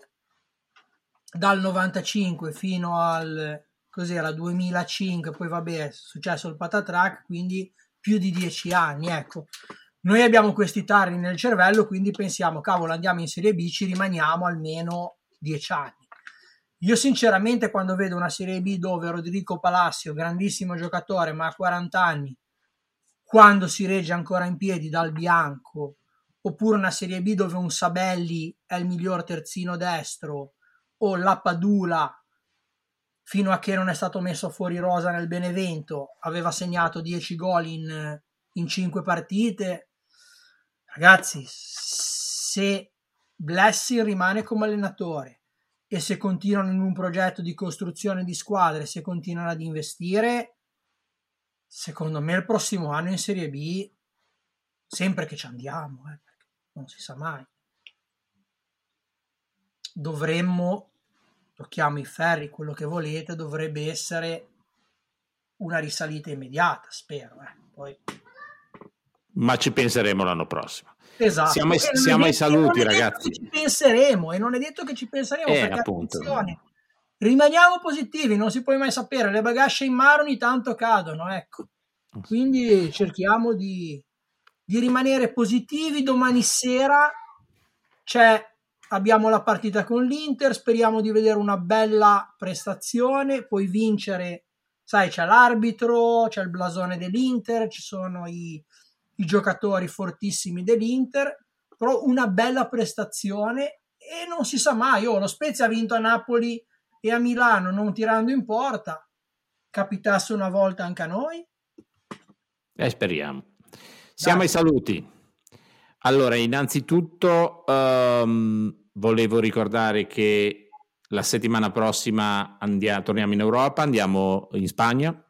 dal novantacinque fino al cos'era, duemilacinque, poi vabbè è successo il patatrac, quindi più di dieci anni, ecco. Noi abbiamo questi tarli nel cervello, quindi pensiamo, cavolo, andiamo in Serie B, ci rimaniamo almeno dieci anni. Io sinceramente quando vedo una Serie B dove Rodrigo Palacio, grandissimo giocatore, ma ha quaranta anni, quando si regge ancora in piedi dal bianco, oppure una Serie B dove un Sabelli è il miglior terzino destro, o la Padula, fino a che non è stato messo fuori rosa nel Benevento, aveva segnato dieci gol in, in cinque partite. Ragazzi, se Blessing rimane come allenatore e se continuano in un progetto di costruzione di squadre, se continuano ad investire, secondo me il prossimo anno in Serie B, sempre che ci andiamo, eh, perché non si sa mai, dovremmo, tocchiamo i ferri, quello che volete, dovrebbe essere una risalita immediata, spero. Eh. Poi...
Ma ci penseremo l'anno prossimo.
Esatto.
Siamo ai, siamo ai saluti, ragazzi.
Ci penseremo, e non è detto che ci penseremo,
eh,
perché
appunto.
attenzione, rimaniamo positivi, non si può mai sapere, le bagasce in mare ogni tanto cadono, ecco. Quindi cerchiamo di, di rimanere positivi. Domani sera c'è, abbiamo la partita con l'Inter, speriamo di vedere una bella prestazione, poi vincere, sai, c'è l'arbitro, c'è il blasone dell'Inter, ci sono i, i giocatori fortissimi dell'Inter, però una bella prestazione e non si sa mai. Oh, lo Spezia ha vinto a Napoli e a Milano non tirando in porta, capitasse una volta anche a noi?
Eh, speriamo. Siamo
Dai.
ai saluti. Allora, innanzitutto um, volevo ricordare che la settimana prossima andiamo, torniamo in Europa, andiamo in Spagna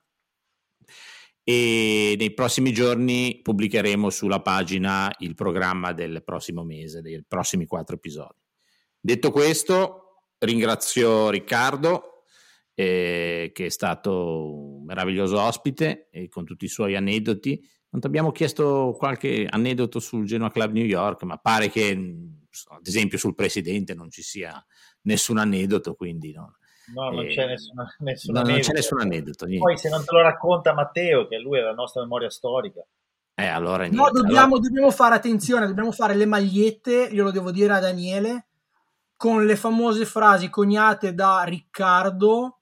e nei prossimi giorni pubblicheremo sulla pagina il programma del prossimo mese, dei prossimi quattro episodi. Detto questo, ringrazio Riccardo eh, che è stato un meraviglioso ospite e con tutti i suoi aneddoti. Non ti abbiamo chiesto qualche aneddoto sul Genoa Club New York, ma pare che ad esempio sul presidente non ci sia nessun aneddoto, quindi no.
No, non
eh,
c'è nessun, nessun
no,
aneddoto.
Non c'è nessun aneddoto. Niente.
Poi se non te lo racconta Matteo, che lui è la nostra memoria storica.
Eh, allora niente.
No, dobbiamo,
allora...
dobbiamo fare attenzione, dobbiamo fare le magliette, glielo devo dire a Daniele, con le famose frasi coniate da Riccardo,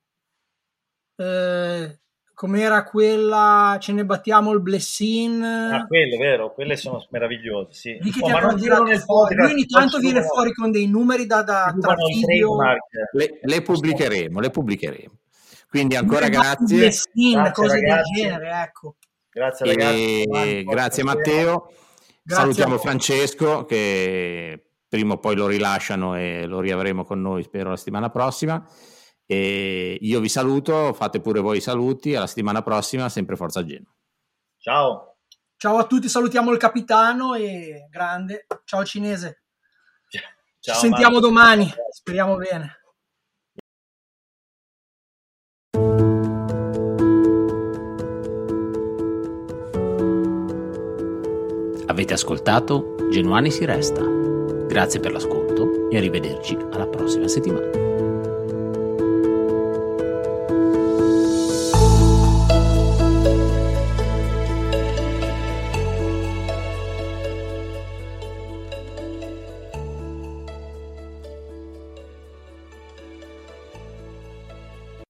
eh, com'era quella, ce ne battiamo il Blessin.
Ah, quelle, vero, quelle sono meravigliose, sì.
Di chi
Oh,
ti
ma non
tirato
nel
fuori.
podcast,
Lui ogni tanto
non
viene
rubano,
fuori con dei numeri da, da tra video.
Le, le pubblicheremo, le pubblicheremo. Quindi ancora
Come
grazie.
Blessin,
Grazie,
cose
ragazzi.
del genere, ecco.
Grazie ragazzi.
E
Domani,
grazie
porto
Matteo.
Grazie
Salutiamo
a voi.
Francesco che prima o poi lo rilasciano e lo riavremo con noi, spero la settimana prossima. E io vi saluto, fate pure voi i saluti, alla settimana prossima, sempre Forza Genoa.
Ciao.
Ciao a tutti, salutiamo il capitano e grande. Ciao cinese.
Ciao,
Ci sentiamo
Marco.
domani, speriamo bene.
Avete ascoltato Genuani si resta. Grazie per l'ascolto e arrivederci alla prossima settimana.